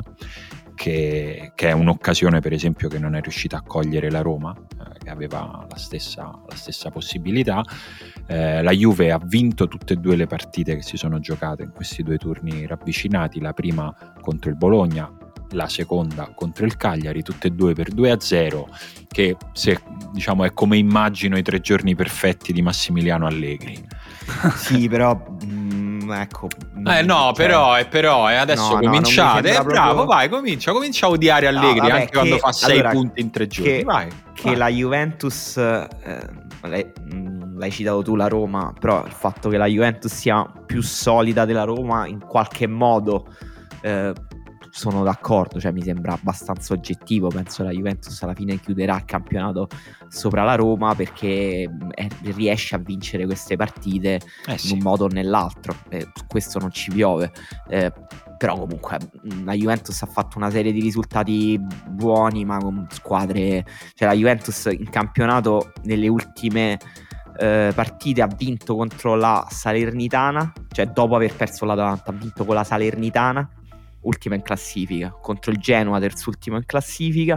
che, che è un'occasione per esempio che non è riuscita a cogliere la Roma, eh, che aveva la stessa, la stessa possibilità. Eh, la Juve ha vinto tutte e due le partite che si sono giocate in questi due turni ravvicinati, la prima contro il Bologna, la seconda contro il Cagliari, tutte e due per due a zero, che se, diciamo, è come immagino i tre giorni perfetti di Massimiliano Allegri. Sì, però mh, ecco eh no, cioè... però è però è adesso no, cominciate, no, eh, proprio... bravo, vai, comincia, comincia a odiare Allegri, no, vabbè, anche che, quando fa sei allora, punti in tre giorni, che, vai. Che vai. La Juventus eh, l'hai, mh, l'hai citato tu la Roma, però il fatto che la Juventus sia più solida della Roma in qualche modo eh, sono d'accordo, cioè mi sembra abbastanza oggettivo. Penso che la Juventus alla fine chiuderà il campionato sopra la Roma perché è, riesce a vincere queste partite eh sì. in un modo o nell'altro, eh, su questo non ci piove, eh, però comunque la Juventus ha fatto una serie di risultati buoni ma con squadre, cioè la Juventus in campionato nelle ultime eh, partite ha vinto contro la Salernitana, cioè dopo aver perso l'Atalanta ha vinto con la Salernitana, ultima in classifica, contro il Genoa terzultimo in classifica,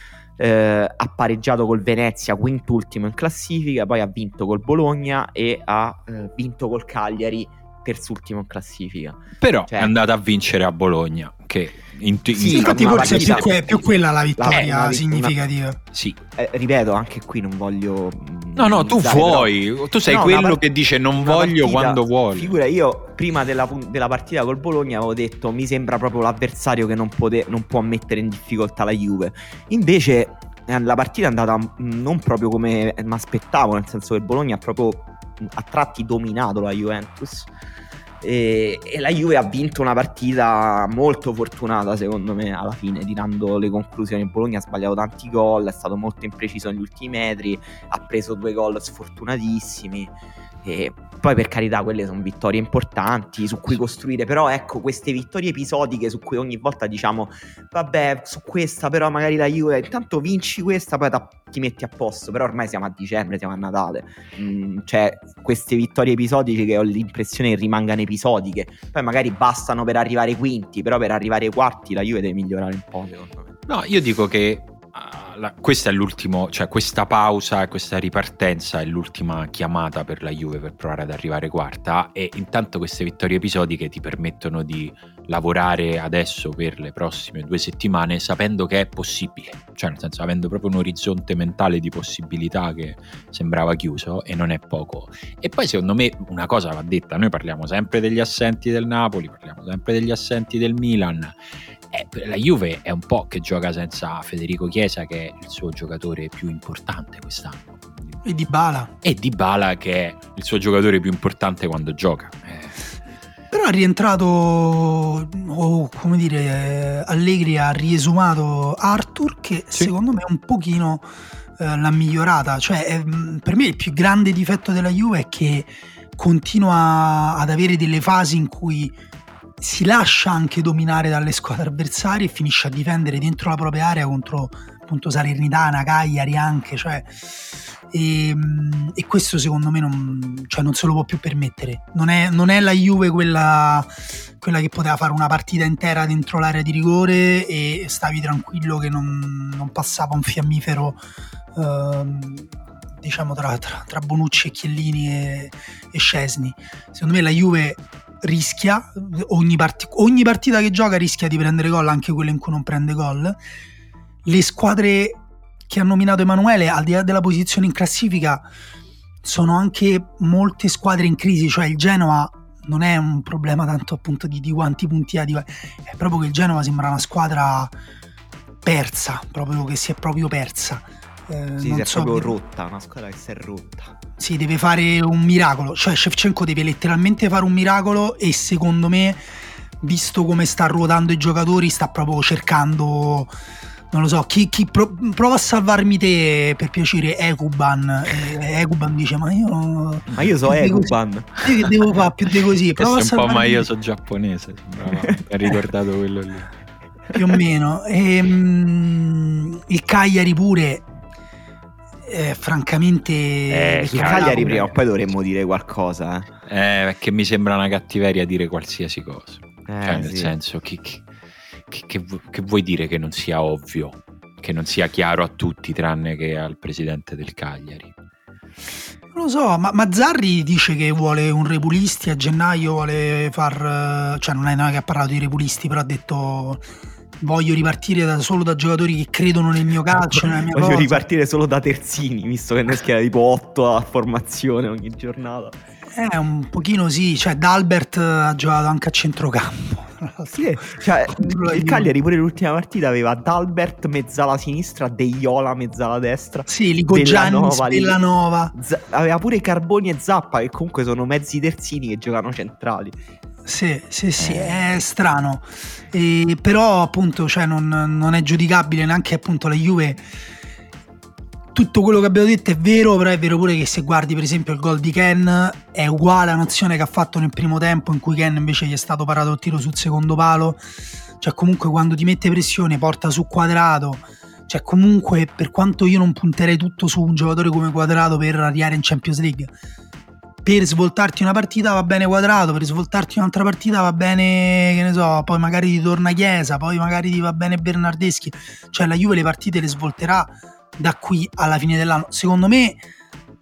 eh, ha pareggiato col Venezia quintultimo in classifica, poi ha vinto col Bologna e ha eh, vinto col Cagliari terzultimo in classifica. Però cioè, è andata a vincere a Bologna, che in, in, sì, in, infatti forse è più, que- più quella la vittoria la, una, significativa. Una, sì. Eh, ripeto, anche qui non voglio. No, no, tu vuoi, però, tu sei no, quello part- che dice non voglio partita, quando vuoi. Figura, io prima della, della partita col Bologna avevo detto mi sembra proprio l'avversario che non, pote, non può mettere in difficoltà la Juve. Invece la partita è andata non proprio come mi aspettavo, nel senso che il Bologna ha proprio a tratti dominato la Juventus. E, e la Juve ha vinto una partita molto fortunata secondo me alla fine, tirando le conclusioni. Il Bologna ha sbagliato tanti gol, è stato molto impreciso negli ultimi metri, ha preso due gol sfortunatissimi e poi per carità quelle sono vittorie importanti su cui costruire, però ecco queste vittorie episodiche su cui ogni volta diciamo vabbè su questa però magari la Juve intanto vinci questa poi ti metti a posto, però ormai siamo a dicembre, siamo a Natale, mm, cioè queste vittorie episodiche che ho l'impressione che rimangano episodiche, poi magari bastano per arrivare quinti, però per arrivare ai quarti la Juve deve migliorare un po' secondo me. No, io dico che La, questa è l'ultimo, cioè questa pausa, questa ripartenza è l'ultima chiamata per la Juve per provare ad arrivare quarta, e intanto queste vittorie episodiche ti permettono di lavorare adesso per le prossime due settimane sapendo che è possibile, cioè nel senso avendo proprio un orizzonte mentale di possibilità che sembrava chiuso, e non è poco. E poi secondo me una cosa va detta, noi parliamo sempre degli assenti del Napoli, parliamo sempre degli assenti del Milan. Eh, la Juve è un po' che gioca senza Federico Chiesa, che è il suo giocatore più importante quest'anno, e Dybala e Dybala che è il suo giocatore più importante quando gioca. eh. Però è rientrato, o come dire, Allegri ha riesumato Arthur, che sì, secondo me un pochino eh, l'ha migliorata. Cioè è, per me il più grande difetto della Juve è che continua ad avere delle fasi in cui si lascia anche dominare dalle squadre avversarie e finisce a difendere dentro la propria area contro appunto Salernitana, Cagliari anche, cioè, e, e questo secondo me non, cioè non se lo può più permettere. Non è, non è la Juve quella, quella che poteva fare una partita intera dentro l'area di rigore e stavi tranquillo che non, non passava un fiammifero ehm, diciamo tra, tra, tra Bonucci e Chiellini e, e Szczesny. Secondo me la Juve rischia ogni, part- ogni partita che gioca rischia di prendere gol, anche quelle in cui non prende gol. Le squadre che ha nominato Emanuele, al di là della posizione in classifica, sono anche molte squadre in crisi. Cioè il Genoa non è un problema tanto appunto di, di quanti punti ha, di, è proprio che il Genoa sembra una squadra persa, proprio che si è proprio persa. Eh, sì, non si è so, proprio rotta, una squadra che si è rotta. Sì, deve fare un miracolo, cioè Shevchenko deve letteralmente fare un miracolo, e secondo me, visto come sta ruotando i giocatori, sta proprio cercando, non lo so, chi, chi pro, prova a salvarmi te per piacere, Ekuban. E Ekuban dice ma io ma io so Ekuban, io che devo fare più di così, prova a salvarmi, un po', ma io so giapponese, mi ha ricordato quello lì più o meno. E, um, il Cagliari pure Eh, francamente eh, il Cagliari prima o poi dovremmo dire qualcosa, eh. eh, che mi sembra una cattiveria dire qualsiasi cosa, eh, cioè nel sì. senso che, che, che, che vuoi dire che non sia ovvio, che non sia chiaro a tutti tranne che al presidente del Cagliari? Non lo so, ma Mazzarri dice che vuole un Repulisti a gennaio, vuole far, cioè non è noi che ha parlato di Repulisti, però ha detto voglio ripartire da, solo da giocatori che credono nel mio calcio, nella mia voglio cosa. ripartire solo da terzini, visto che ne schiera tipo otto a formazione ogni giornata. Eh, un pochino sì, cioè D'Albert ha giocato anche a centrocampo. Sì, cioè il Cagliari pure l'ultima partita aveva D'Albert mezzala sinistra, De Iola mezzala destra. Sì, Ligo Giannis, Bellanova. Z- aveva pure Carboni e Zappa, che comunque sono mezzi terzini che giocano centrali. Sì, sì, sì, è strano, e, però appunto cioè, non, non è giudicabile neanche appunto la Juve. Tutto quello che abbiamo detto è vero, però è vero pure che se guardi per esempio il gol di Ken è uguale a un'azione che ha fatto nel primo tempo, in cui Ken invece gli è stato parato il tiro sul secondo palo. Cioè comunque quando ti mette pressione porta su Quadrato, cioè comunque per quanto io non punterei tutto su un giocatore come Quadrato per arrivare in Champions League, per svoltarti una partita va bene Quadrato, per svoltarti un'altra partita va bene, che ne so, poi magari ti torna Chiesa, poi magari ti va bene Bernardeschi. Cioè la Juve le partite le svolterà da qui alla fine dell'anno. Secondo me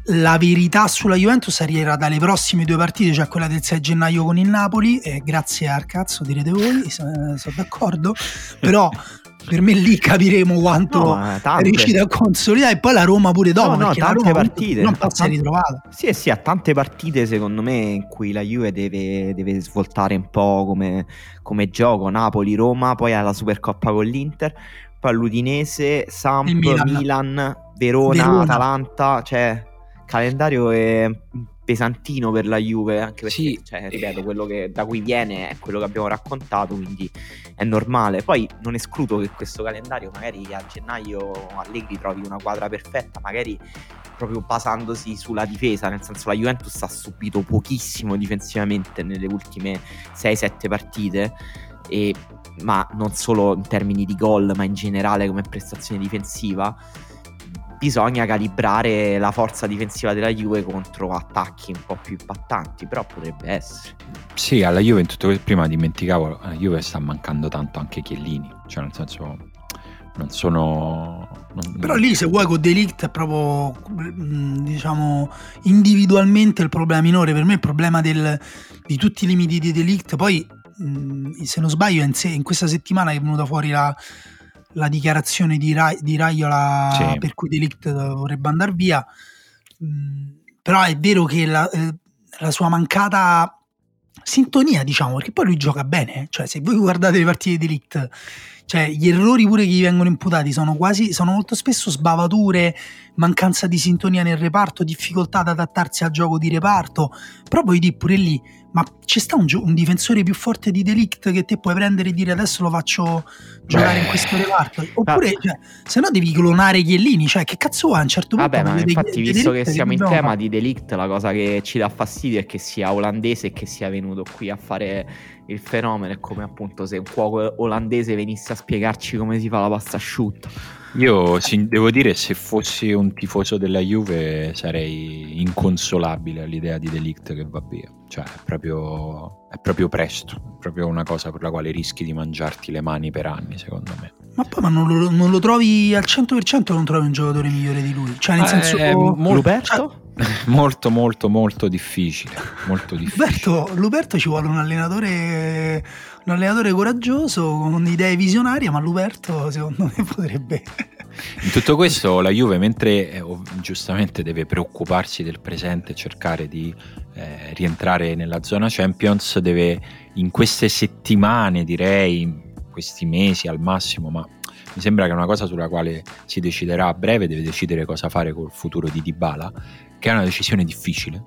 La verità sulla Juventus arriverà dalle prossime due partite, cioè quella del sei gennaio con il Napoli, e grazie al cazzo direte voi, sono d'accordo, però per me lì capiremo quanto no, è riuscita a consolidare, e poi la Roma pure dopo, no, no, perché tante la Roma partite non si è ritrovata. Sì, sì, ha tante partite secondo me in cui la Juve deve, deve svoltare un po' come, come gioco. Napoli, Roma, poi alla Supercoppa con l'Inter, poi all'Udinese, Samp, Milan. Milan, Verona, Verona, Atalanta, cioè calendario è pesantino per la Juve, anche perché, sì, cioè, ripeto, quello che da cui viene è quello che abbiamo raccontato, quindi è normale. Poi non escludo che questo calendario magari a gennaio Allegri trovi una quadra perfetta, magari proprio basandosi sulla difesa, nel senso la Juventus ha subito pochissimo difensivamente nelle ultime sei sette partite, e, ma non solo in termini di gol, ma in generale come prestazione difensiva. Bisogna calibrare la forza difensiva della Juve contro attacchi un po' più impattanti, però potrebbe essere. Sì, alla Juve in tutto questo, prima dimenticavo, alla Juve sta mancando tanto anche Chiellini, cioè nel senso non sono... Non... Però lì se vuoi con De Ligt è proprio, diciamo, individualmente il problema minore. Per me il problema del, di tutti i limiti di De Ligt, poi se non sbaglio in, se, in questa settimana è venuta fuori la la dichiarazione di, Ra- di Raiola, sì, per cui De Ligt vorrebbe andare via, mm, però è vero che la, eh, la sua mancata sintonia, diciamo, perché poi lui gioca bene, cioè se voi guardate le partite di De Ligt, cioè gli errori pure che gli vengono imputati sono quasi, sono molto spesso sbavature, mancanza di sintonia nel reparto, difficoltà ad adattarsi al gioco di reparto, però poi di pure lì, ma c'è sta un, gio- un difensore più forte di De Ligt che te puoi prendere e dire adesso lo faccio giocare Beh. in questo reparto, oppure ah. cioè, se no devi clonare Chiellini, cioè che cazzo vuoi a un certo punto? Vabbè, ma infatti De, visto De che siamo in tema fare. di De Ligt, la cosa che ci dà fastidio è che sia olandese e che sia venuto qui a fare il fenomeno. È come appunto se un cuoco olandese venisse a spiegarci come si fa la pasta asciutta. Io sì, devo dire, se fossi un tifoso della Juve sarei inconsolabile all'idea di De Ligt che va via, cioè è proprio, è proprio presto, è proprio una cosa per la quale rischi di mangiarti le mani per anni, secondo me. Ma poi ma non, lo, non lo trovi al cento per cento, non trovi un giocatore migliore di lui, cioè nel eh, senso eh, molto, Luberto? molto molto molto difficile, molto difficile. Luberto, Luberto ci vuole un allenatore un allenatore coraggioso con idee visionarie, ma Luberto secondo me potrebbe. In tutto questo la Juve, mentre eh, giustamente deve preoccuparsi del presente e cercare di eh, rientrare nella zona Champions, deve in queste settimane, direi questi mesi al massimo, ma mi sembra che è una cosa sulla quale si deciderà a breve, deve decidere cosa fare col futuro di Dybala, che è una decisione difficile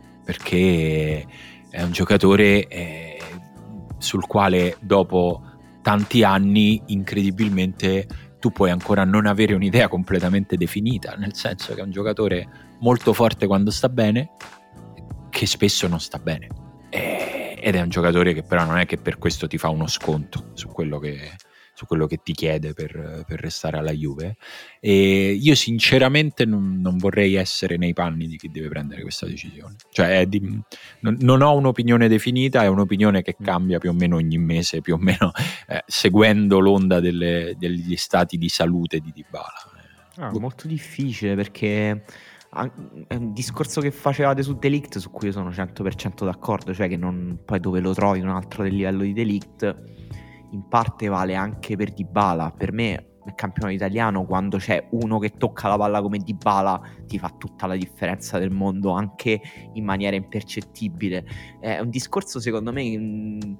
perché è un giocatore eh, sul quale dopo tanti anni incredibilmente tu puoi ancora non avere un'idea completamente definita, nel senso che è un giocatore molto forte quando sta bene, che spesso non sta bene, e, ed è un giocatore che però non è che per questo ti fa uno sconto su quello che, su quello che ti chiede per, per restare alla Juve. E io sinceramente non, non vorrei essere nei panni di chi deve prendere questa decisione, cioè è di, non, non ho un'opinione definita, è un'opinione che cambia più o meno ogni mese, più o meno eh, seguendo l'onda delle, degli stati di salute di Dybala. Ah, molto difficile, perché è un discorso che facevate su De Ligt, su cui io sono cento per cento d'accordo, cioè che non, poi dove lo trovi un altro del livello di De Ligt in parte vale anche per Dybala. Per me nel campionato italiano, quando c'è uno che tocca la palla come Dybala, ti fa tutta la differenza del mondo, anche in maniera impercettibile. È un discorso secondo me un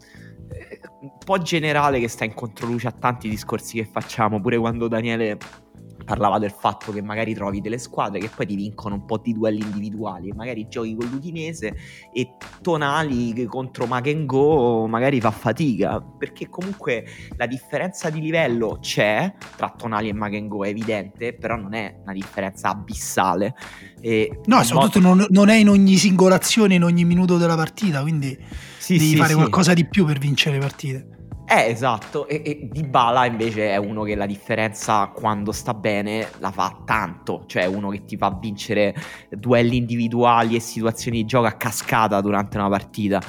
po' generale, che sta in controluce a tanti discorsi che facciamo, pure quando Daniele parlava del fatto che magari trovi delle squadre che poi ti vincono un po' di duelli individuali, magari giochi con l'Udinese e Tonali contro Makengo magari fa fatica, perché comunque la differenza di livello c'è tra Tonali e Makengo, è evidente, però non è una differenza abissale. E no, soprattutto mod- non, non è in ogni singola azione, in ogni minuto della partita, quindi sì, devi sì, fare sì. qualcosa di più per vincere le partite. Eh, esatto, e, e Dybala invece è uno che la differenza quando sta bene la fa tanto, cioè uno che ti fa vincere duelli individuali e situazioni di gioco a cascata durante una partita.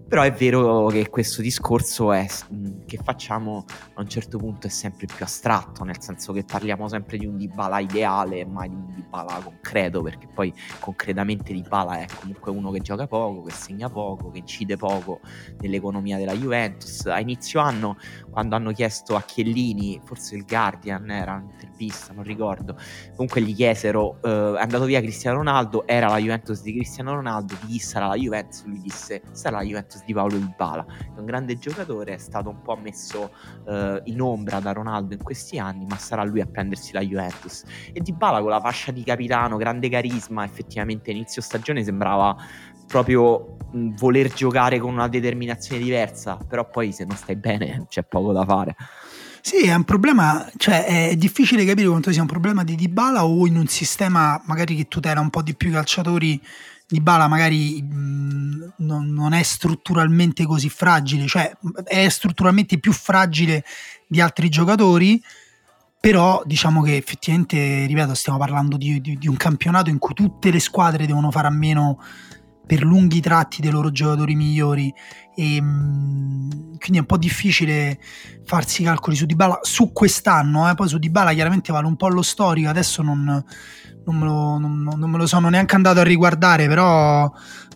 Però è vero che questo discorso è, che facciamo a un certo punto è sempre più astratto, nel senso che parliamo sempre di un Dybala ideale, mai di un Dybala concreto, perché poi concretamente Dybala è comunque uno che gioca poco, che segna poco, che incide poco nell'economia della Juventus. A inizio anno, quando hanno chiesto a Chiellini, forse il Guardian era un'intervista, non ricordo, comunque gli chiesero eh, è andato via Cristiano Ronaldo, era la Juventus di Cristiano Ronaldo, di chi sarà la Juventus? Lui disse sarà la Juventus di Paolo Dybala, è un grande giocatore, è stato un po' messo uh, in ombra da Ronaldo in questi anni, ma sarà lui a prendersi la Juventus. E Dybala con la fascia di capitano, grande carisma, effettivamente inizio stagione sembrava proprio mh, voler giocare con una determinazione diversa, però poi se non stai bene c'è poco da fare. Sì, è un problema, cioè è difficile capire quanto sia un problema di Dybala o in un sistema magari che tutela un po' di più i calciatori. Dybala magari mh, non, non è strutturalmente così fragile, cioè è strutturalmente più fragile di altri giocatori, però diciamo che effettivamente, ripeto, stiamo parlando di, di, di un campionato in cui tutte le squadre devono fare a meno per lunghi tratti dei loro giocatori migliori, e mh, quindi è un po' difficile farsi calcoli su Dybala su quest'anno, eh. Poi su Dybala chiaramente vale un po' lo storico, adesso non Non me, lo, non, non me lo sono neanche andato a riguardare, però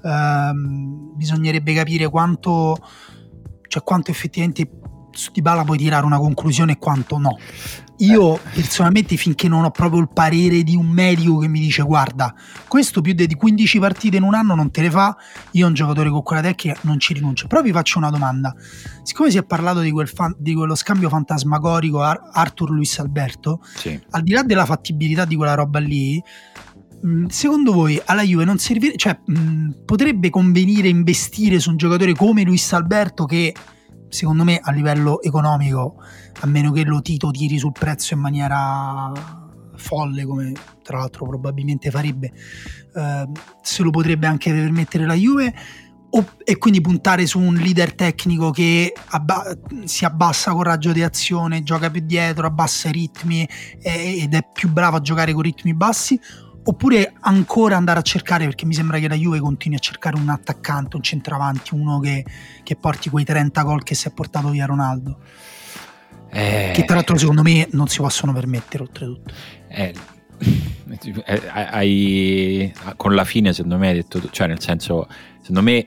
ehm, bisognerebbe capire quanto, cioè quanto effettivamente su Dybala puoi tirare una conclusione e quanto no. Io personalmente, finché non ho proprio il parere di un medico che mi dice guarda, questo più di quindici partite in un anno non te le fa, io un giocatore con quella tecnica non ci rinuncio. Però vi faccio una domanda: siccome si è parlato di, quel fan, di quello scambio fantasmagorico Ar- Arthur Luis Alberto, sì, al di là della fattibilità di quella roba lì, mh, secondo voi alla Juve non servirebbe, cioè mh, potrebbe convenire investire su un giocatore come Luis Alberto, che secondo me a livello economico, a meno che lo Tito tiri sul prezzo in maniera folle, come tra l'altro probabilmente farebbe, eh, se lo potrebbe anche permettere la Juve, o, e quindi puntare su un leader tecnico che abba- si abbassa con raggio di azione, gioca più dietro, abbassa i ritmi eh, ed è più bravo a giocare con ritmi bassi, oppure ancora andare a cercare, perché mi sembra che la Juve continui a cercare un attaccante, un centravanti, uno che, che porti quei trenta gol che si è portato via Ronaldo, eh, che tra l'altro secondo me non si possono permettere oltretutto. eh, eh, hai, con la fine secondo me hai detto, cioè nel senso, secondo me,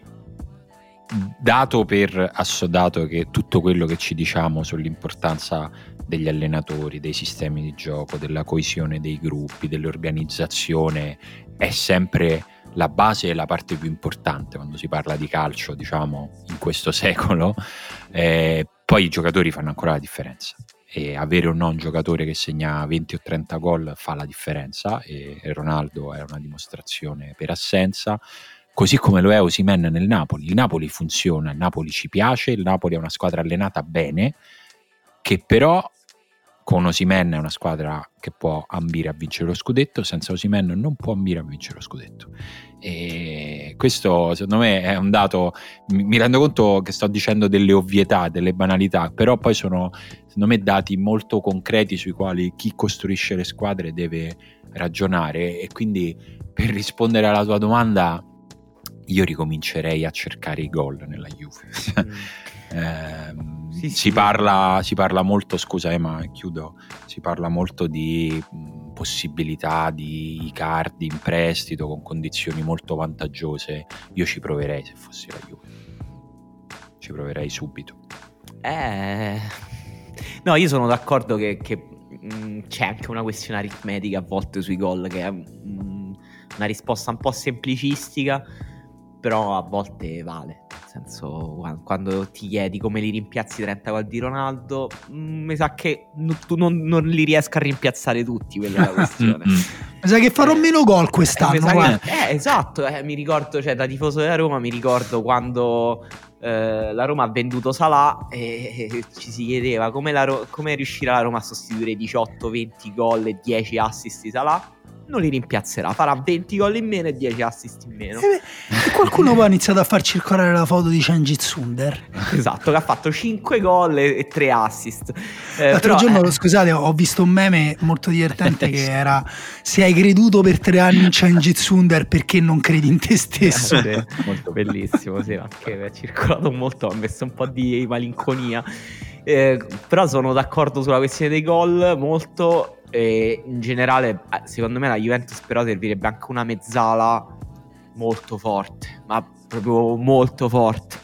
dato per assodato che tutto quello che ci diciamo sull'importanza degli allenatori, dei sistemi di gioco, della coesione dei gruppi, dell'organizzazione è sempre la base e la parte più importante quando si parla di calcio, diciamo, in questo secolo, eh, poi i giocatori fanno ancora la differenza, e avere o no un giocatore che segna venti o trenta gol fa la differenza, e Ronaldo è una dimostrazione per assenza. Così come lo è Osimhen nel Napoli. Il Napoli funziona, il Napoli ci piace, il Napoli è una squadra allenata bene, che però con Osimhen è una squadra che può ambire a vincere lo scudetto, senza Osimhen non può ambire a vincere lo scudetto. E questo secondo me è un dato, mi rendo conto che sto dicendo delle ovvietà, delle banalità, però poi sono secondo me dati molto concreti sui quali chi costruisce le squadre deve ragionare. E quindi, per rispondere alla tua domanda, io ricomincerei a cercare i gol nella Juve. Mm. eh, sì, si, sì. Parla, si parla molto, scusa eh, ma chiudo, si parla molto di mh, possibilità di Icardi in prestito con condizioni molto vantaggiose. Io ci proverei se fossi la Juve, ci proverei subito. Eh... No, io sono d'accordo che, che mh, c'è anche una questione aritmetica a volte sui gol, che è mh, una risposta un po' semplicistica, però a volte vale. Nel senso, quando ti chiedi come li rimpiazzi trenta gol di Ronaldo, mh, mi sa che n- tu non, non li riesco a rimpiazzare tutti, quella è la questione. Mi sa che farò eh, meno gol quest'anno. Eh, che, eh, esatto, eh, mi ricordo, cioè da tifoso della Roma, mi ricordo quando eh, la Roma ha venduto Salah e, e ci si chiedeva come, la Ro- come riuscirà la Roma a sostituire diciotto venti gol e dieci assist di Salah. non li rimpiazzerà, farà venti gol in meno e dieci assist in meno. E, e qualcuno poi ha iniziato a far circolare la foto di Cengiz Under. Esatto, che ha fatto cinque gol e, e tre assist. Eh, L'altro però, giorno, eh, scusate, ho visto un meme molto divertente che era: se hai creduto per tre anni in Cengiz Under, perché non credi in te stesso? Sì, molto bellissimo, sì, anche è circolato molto, ha messo un po' di malinconia. Eh, però sono d'accordo sulla questione dei gol molto. E in generale, secondo me la Juventus però servirebbe anche una mezzala molto forte, ma proprio molto forte.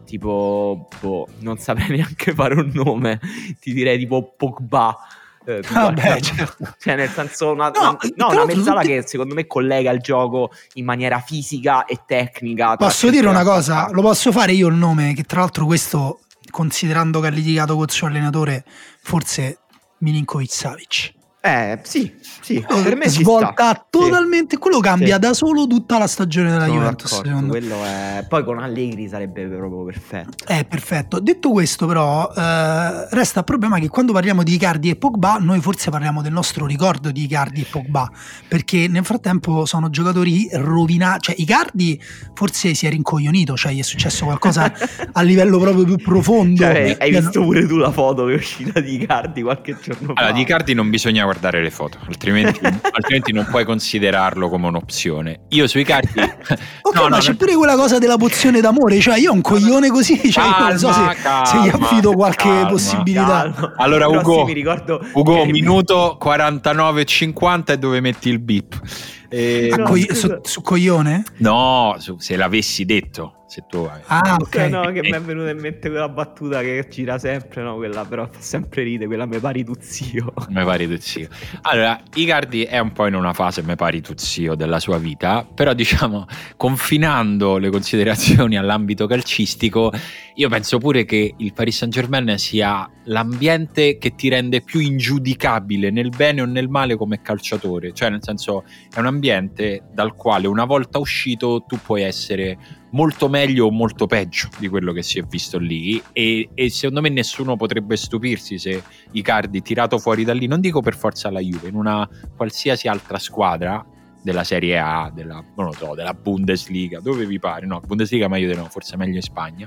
Tipo, boh, non saprei neanche fare un nome, ti direi tipo Pogba. Eh, Vabbè, certo. Cioè, nel senso, una, No, una, no, una mezzala tutti... che secondo me collega il gioco in maniera fisica e tecnica. Posso dire una cosa? Lo posso fare io il nome, che tra l'altro questo, considerando che ha litigato col suo allenatore, forse Milinkovic-Savic. Eh, sì, sì, per me svolta ci sta. Totalmente, sì. quello cambia sì. da solo tutta la stagione della Sono Juventus, secondo quello è... Poi con Allegri sarebbe proprio perfetto. È perfetto. Detto questo però, eh, resta il problema che quando parliamo di Icardi e Pogba, noi forse parliamo del nostro ricordo di Icardi e Pogba, perché nel frattempo sono giocatori rovinati. Cioè Icardi forse si è rincoglionito, cioè gli è successo qualcosa a livello proprio più profondo. Cioè, hai visto pure tu la foto che è uscita di Icardi qualche giorno fa? Allora, di Icardi non bisogna guardare le foto, altrimenti, altrimenti non puoi considerarlo come un'opzione. Io sui Icardi ok, no, ma no, c'è non... pure quella cosa della pozione d'amore, cioè io ho un coglione così, cioè calma, io non so se, calma, se gli affido qualche calma, possibilità. Calma. Allora Però Ugo, sì, mi ricordo Ugo che... minuto quarantanove e cinquanta e dove metti il beep? E... No, coi- su, su coglione? No, su, se l'avessi detto. Se tu hai... Ah, ok. Cioè, no, che mi è venuta in mente quella battuta che gira sempre, no? Quella però fa sempre ride, quella me pari tu zio. Me pari tu zio. Allora, Icardi è un po' in una fase me pari tu zio della sua vita, però diciamo, confinando le considerazioni all'ambito calcistico, io penso pure che il Paris Saint-Germain sia l'ambiente che ti rende più ingiudicabile nel bene o nel male come calciatore, cioè nel senso è un ambiente dal quale una volta uscito tu puoi essere molto meglio o molto peggio di quello che si è visto lì e, e secondo me nessuno potrebbe stupirsi se Icardi tirato fuori da lì, non dico per forza la Juve, in una qualsiasi altra squadra della Serie A, della, non lo so, della Bundesliga, dove vi pare, no, Bundesliga meglio di no, forse meglio in Spagna,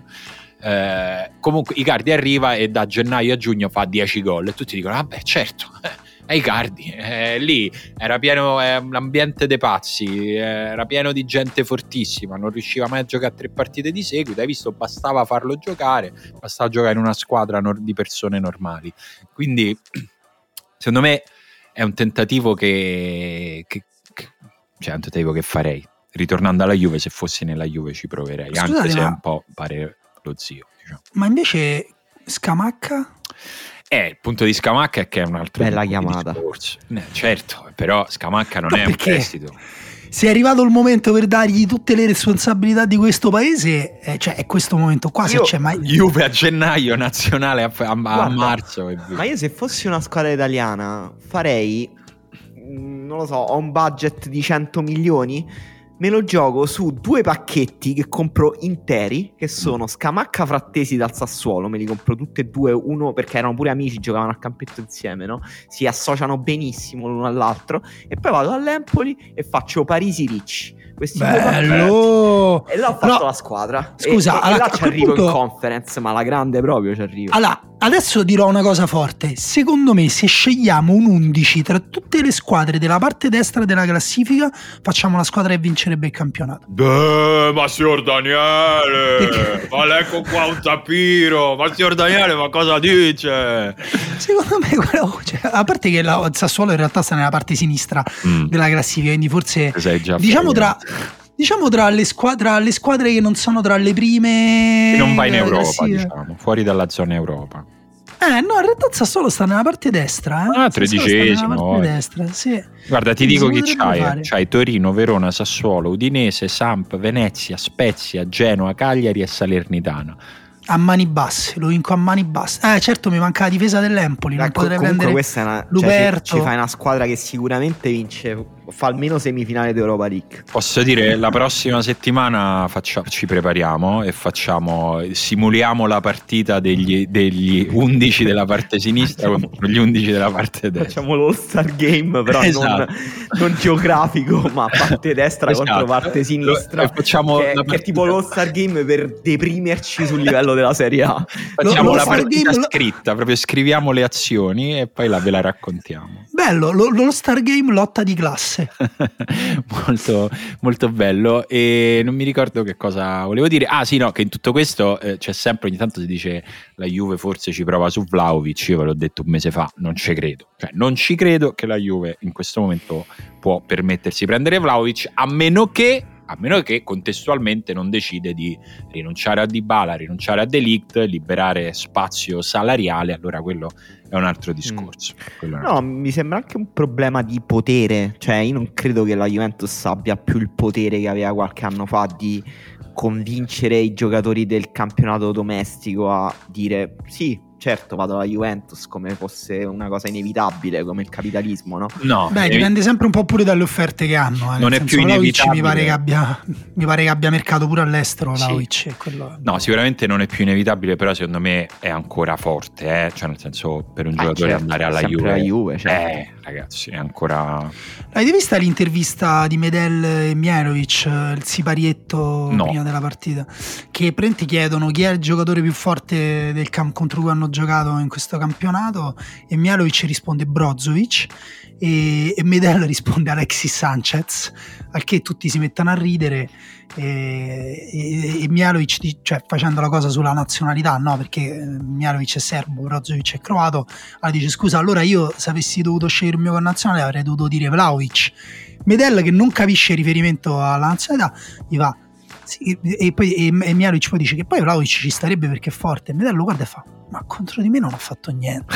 eh, comunque Icardi arriva e da gennaio a giugno fa dieci gol e tutti dicono vabbè certo, eh, è Icardi, eh, lì era pieno, eh, l'ambiente dei pazzi, eh, era pieno di gente fortissima, non riusciva mai a giocare tre partite di seguito, hai visto, bastava farlo giocare, bastava giocare in una squadra nor- di persone normali, quindi secondo me è un tentativo che, che, che cioè è un tentativo che farei, ritornando alla Juve, se fossi nella Juve ci proverei. Scusate, anche se ma... un po' pare lo zio, diciamo. Ma invece Scamacca? Eh, il punto di Scamacca è che è un altro bella chiamata. Eh, certo, però Scamacca non no, è un prestito. Io, se c'è mai... Juve a gennaio, nazionale a, a, Guarda, a marzo. Ma io se fossi una squadra italiana farei, non lo so, ho un budget di cento milioni, me lo gioco su due pacchetti che compro interi, che sono Scamacca Frattesi dal Sassuolo, me li compro tutti e due, uno perché erano pure amici, giocavano al campetto insieme, no? Si associano benissimo l'uno all'altro, e poi vado all'Empoli e faccio Parisi Ricci. Questi bello! E là ho fatto no, la squadra. Scusa, e, e, allora, e là ci arrivo punto... in conference, ma la grande proprio ci arrivo. Allora, adesso dirò una cosa forte. Secondo me, se scegliamo un undici tra tutte le squadre della parte destra della classifica, facciamo la squadra che vincerebbe il campionato. Beh, ma signor Daniele, ma ecco qua un tapiro. Ma signor Daniele, ma cosa dice? Secondo me, guarda, cioè, a parte che la, il Sassuolo in realtà sta nella parte sinistra mm. della classifica, quindi forse diciamo tra, diciamo tra le squadre, le squadre che non sono tra le prime, che non va in Europa, diciamo, fuori dalla zona Europa. Eh no, in realtà il Sassuolo sta nella parte destra, eh? Ah, tredicesimo. Nella parte destra, sì. Guarda, ti quindi dico chi c'hai. Fare. C'hai Torino, Verona, Sassuolo, Udinese, Samp, Venezia, Spezia, Genoa, Cagliari e Salernitana. A mani basse, lo vinco a mani basse. Eh, certo, mi manca la difesa dell'Empoli. Non ecco, potrei prendere questa è una, Luperto. Cioè, ci, ci fai una squadra che sicuramente vince fa almeno semifinale di Europa League. Posso dire, la prossima settimana faccia, ci prepariamo e facciamo simuliamo la partita degli, degli undici della parte sinistra contro gli undici della parte destra. Facciamo l'All-Star Game, però esatto. non, non geografico, ma parte destra esatto. contro parte sinistra. Lo, facciamo che, che è tipo l'All-Star Game per deprimerci sul livello della Serie A. Facciamo lo, la partita game... scritta, proprio scriviamo le azioni e poi la ve la raccontiamo. Bello, lo, lo Star Game lotta di classe. molto, molto bello. E non mi ricordo che cosa volevo dire. Ah sì, no, che in tutto questo eh, c'è sempre, ogni tanto si dice la Juve forse ci prova su Vlahovic. Io ve l'ho detto un mese fa, non ci credo. Cioè, non ci credo che la Juve in questo momento può permettersi di prendere Vlahovic, a meno che a meno che contestualmente non decide di rinunciare a Dybala, rinunciare a De Ligt, liberare spazio salariale, allora quello è un altro discorso. Mm. No, mi sembra anche un problema di potere, cioè io non credo che la Juventus abbia più il potere che aveva qualche anno fa di convincere i giocatori del campionato domestico a dire sì, certo vado alla Juventus, come fosse una cosa inevitabile, come il capitalismo, no? No, beh, dipende sempre un po' pure dalle offerte che hanno. Eh. Non è più inevitabile. Mi pare che abbia, mi pare che abbia mercato pure all'estero. Sì. Vlahovic, quello... No, sicuramente non è più inevitabile, però secondo me è ancora forte, eh? Cioè nel senso, per un ah, giocatore certo, andare alla Juve, la Juve certo. eh, ragazzi, è ancora. Avete vista l'intervista di Medel e Mihajlovic, il siparietto no. prima della partita, che prenti chiedono chi è il giocatore più forte del camp contro cui hanno giocato in questo campionato e Mihajlovic risponde Brozovic e, e Medel risponde Alexis Sanchez, al che tutti si mettono a ridere e, e, e Mihajlovic, cioè facendo la cosa sulla nazionalità, no, perché Mihajlovic è serbo, Brozovic è croato, allora dice scusa, allora io se avessi dovuto scegliere il mio connazionale avrei dovuto dire Vlahovic. Medel, che non capisce il riferimento alla nazionalità, gli va sì, e poi e, e Mihajlovic poi dice che poi Vlahovic ci starebbe perché è forte, e Medel lo guarda e fa ma contro di me non ha fatto niente.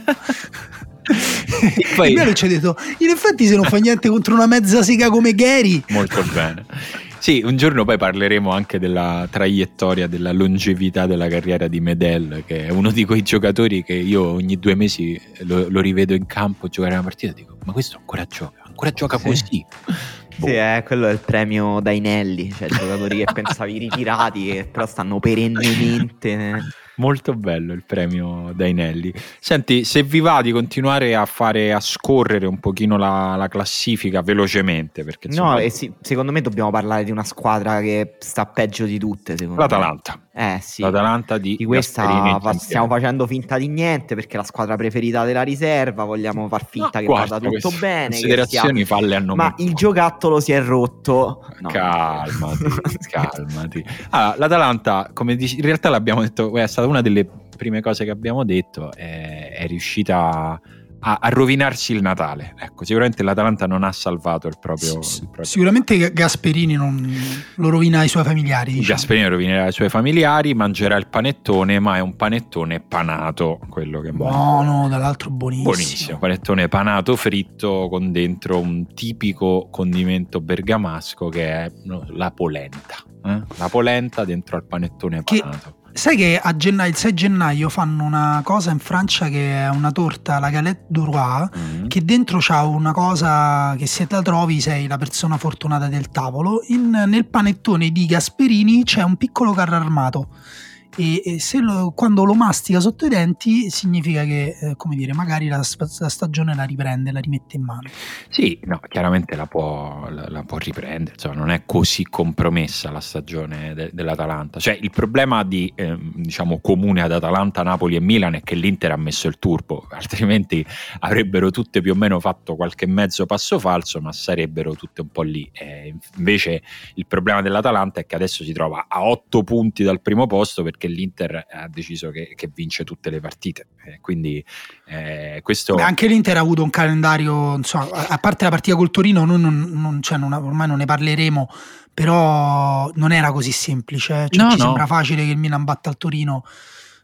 E poi Mihajlovic ha detto in effetti se non fa niente contro una mezza sega come Gary, molto bene. Sì, un giorno poi parleremo anche della traiettoria, della longevità della carriera di Medel, che è uno di quei giocatori che io ogni due mesi lo, lo rivedo in campo giocare una partita e dico ma questo ancora gioca, ancora gioca sì. così. Boh. Sì, eh, quello è il premio Dainelli, cioè giocatori che pensavi ritirati che però stanno perennemente. Molto bello il premio Dainelli. Senti, se vi va di continuare a fare a scorrere un pochino la, la classifica velocemente, perché insomma, no, e sì, secondo me dobbiamo parlare di una squadra che sta peggio di tutte, secondo l'Atalanta. me. Eh sì. L'Atalanta di, di questa fa, stiamo facendo finta di niente perché è la squadra preferita della riserva, vogliamo far finta no, che guarda, vada tutto bene. Considerazioni sia... falle hanno Ma messo. Il giocattolo si è rotto. No. Calmati, calmati. Allora, l'Atalanta, come dici, in realtà l'abbiamo detto, è stata una delle prime cose che abbiamo detto, è, è riuscita a, a rovinarsi il Natale. Ecco, sicuramente l'Atalanta non ha salvato il proprio, S- il proprio... Sicuramente Gasperini non lo rovina ai suoi familiari, diciamo. Gasperini rovinerà ai suoi familiari, mangerà il panettone, ma è un panettone panato, quello che buono, mangia. Dall'altro buonissimo. Buonissimo, panettone panato fritto con dentro un tipico condimento bergamasco che è no, la polenta. Eh? La polenta dentro al panettone panato. Che... Sai che a gennaio, il sei gennaio fanno una cosa in Francia che è una torta, la galette du roi, mm-hmm. che dentro c'ha una cosa che se la trovi sei la persona fortunata del tavolo. In, nel panettone di Gasperini c'è un piccolo carro armato e, e se lo, quando lo mastica sotto i denti significa che, eh, come dire, magari la, la stagione la riprende, la rimette in mano. Sì, no, chiaramente la può, la, la può riprendere, insomma, non è così compromessa la stagione de, dell'Atalanta. Cioè, il problema di, eh, diciamo, comune ad Atalanta, Napoli e Milan è che l'Inter ha messo il turbo, altrimenti avrebbero tutte più o meno fatto qualche mezzo passo falso, ma sarebbero tutte un po' lì. Eh, invece il problema dell'Atalanta è che adesso si trova a otto punti dal primo posto perché l'Inter ha deciso che, che vince tutte le partite, eh, quindi eh, questo. Beh, anche l'Inter ha avuto un calendario, insomma, a parte la partita col Torino, noi non, non, cioè non, ormai non ne parleremo, però non era così semplice, cioè, no, ci no. sembra facile che il Milan batta il Torino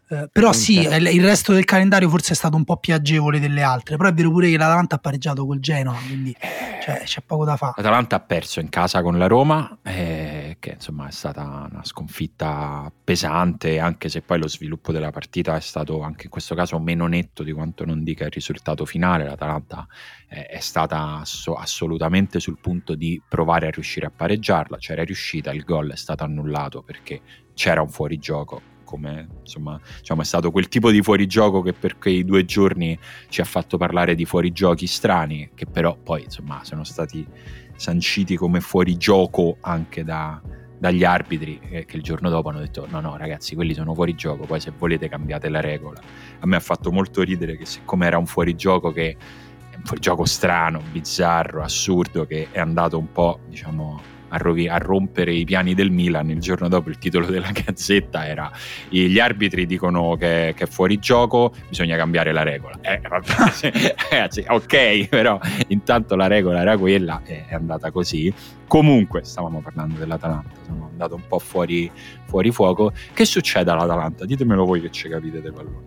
Uh, però sì, il resto del calendario forse è stato un po' più agevole delle altre, però è vero pure che l'Atalanta ha pareggiato col Genoa, quindi cioè, c'è poco da fare. L'Atalanta ha perso in casa con la Roma, eh, che insomma è stata una sconfitta pesante, anche se poi lo sviluppo della partita è stato anche in questo caso meno netto di quanto non dica il risultato finale. L'Atalanta eh, è stata ass- assolutamente sul punto di provare a riuscire a pareggiarla, c'era riuscita, il gol è stato annullato perché c'era un fuorigioco. Come insomma, diciamo, è stato quel tipo di fuorigioco che per quei due giorni ci ha fatto parlare di fuorigiochi strani, che però poi insomma sono stati sanciti come fuorigioco anche da, dagli arbitri, che, che il giorno dopo hanno detto no no ragazzi, quelli sono fuorigioco, poi se volete cambiate la regola. A me ha fatto molto ridere che siccome era un fuorigioco che è un fuorigioco strano, bizzarro, assurdo, che è andato un po' diciamo A, rovi- a rompere i piani del Milan, il giorno dopo il titolo della Gazzetta era gli arbitri dicono che, che è fuori gioco, bisogna cambiare la regola. Eh, ragazzi, ok, però intanto la regola era quella, è andata così. Comunque stavamo parlando dell'Atalanta, sono andato un po' fuori, fuori fuoco. Che succede all'Atalanta? Ditemelo voi che ci capite del pallone.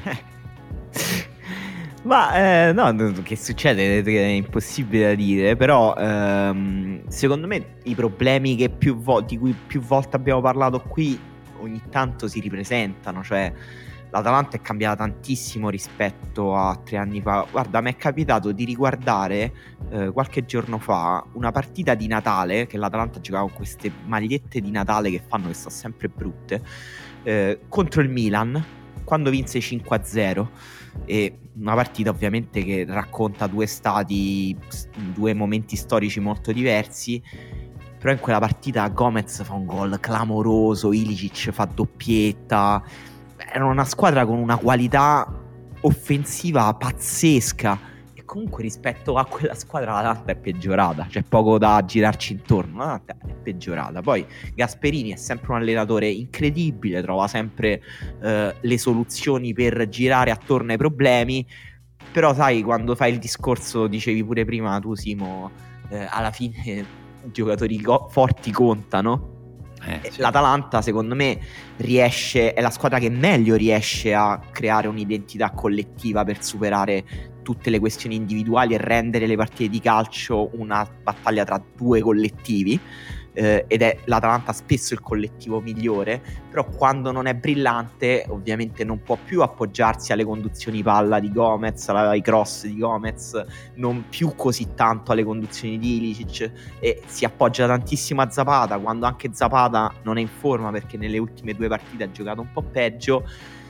Ma eh, no, che succede è impossibile da dire, però ehm, secondo me i problemi che più vo- di cui più volte abbiamo parlato qui ogni tanto si ripresentano, cioè l'Atalanta è cambiata tantissimo rispetto a tre anni fa. Guarda, mi è capitato di riguardare eh, qualche giorno fa una partita di Natale, che l'Atalanta giocava con queste magliette di Natale che fanno, che sono sempre brutte, eh, contro il Milan, quando vinse cinque a zero. E una partita ovviamente che racconta due stati, due momenti storici molto diversi, però in quella partita Gomez fa un gol clamoroso, Ilicic fa doppietta, era una squadra con una qualità offensiva pazzesca, e comunque rispetto a quella squadra l'Atalanta è peggiorata, c'è poco da girarci intorno, l'Atalanta è peggiorata. Poi Gasperini è sempre un allenatore incredibile, trova sempre eh, le soluzioni per girare attorno ai problemi, però sai, quando fai il discorso, dicevi pure prima tu Simo, eh, alla fine i giocatori go- forti contano. Eh, sì. L'Atalanta secondo me riesce, è la squadra che meglio riesce a creare un'identità collettiva per superare tutte le questioni individuali e rendere le partite di calcio una battaglia tra due collettivi, eh, ed è l'Atalanta spesso il collettivo migliore, però quando non è brillante ovviamente non può più appoggiarsi alle conduzioni palla di Gomez, ai cross di Gomez, non più così tanto alle conduzioni di Ilicic, e si appoggia tantissimo a Zapata, quando anche Zapata non è in forma perché nelle ultime due partite ha giocato un po' peggio.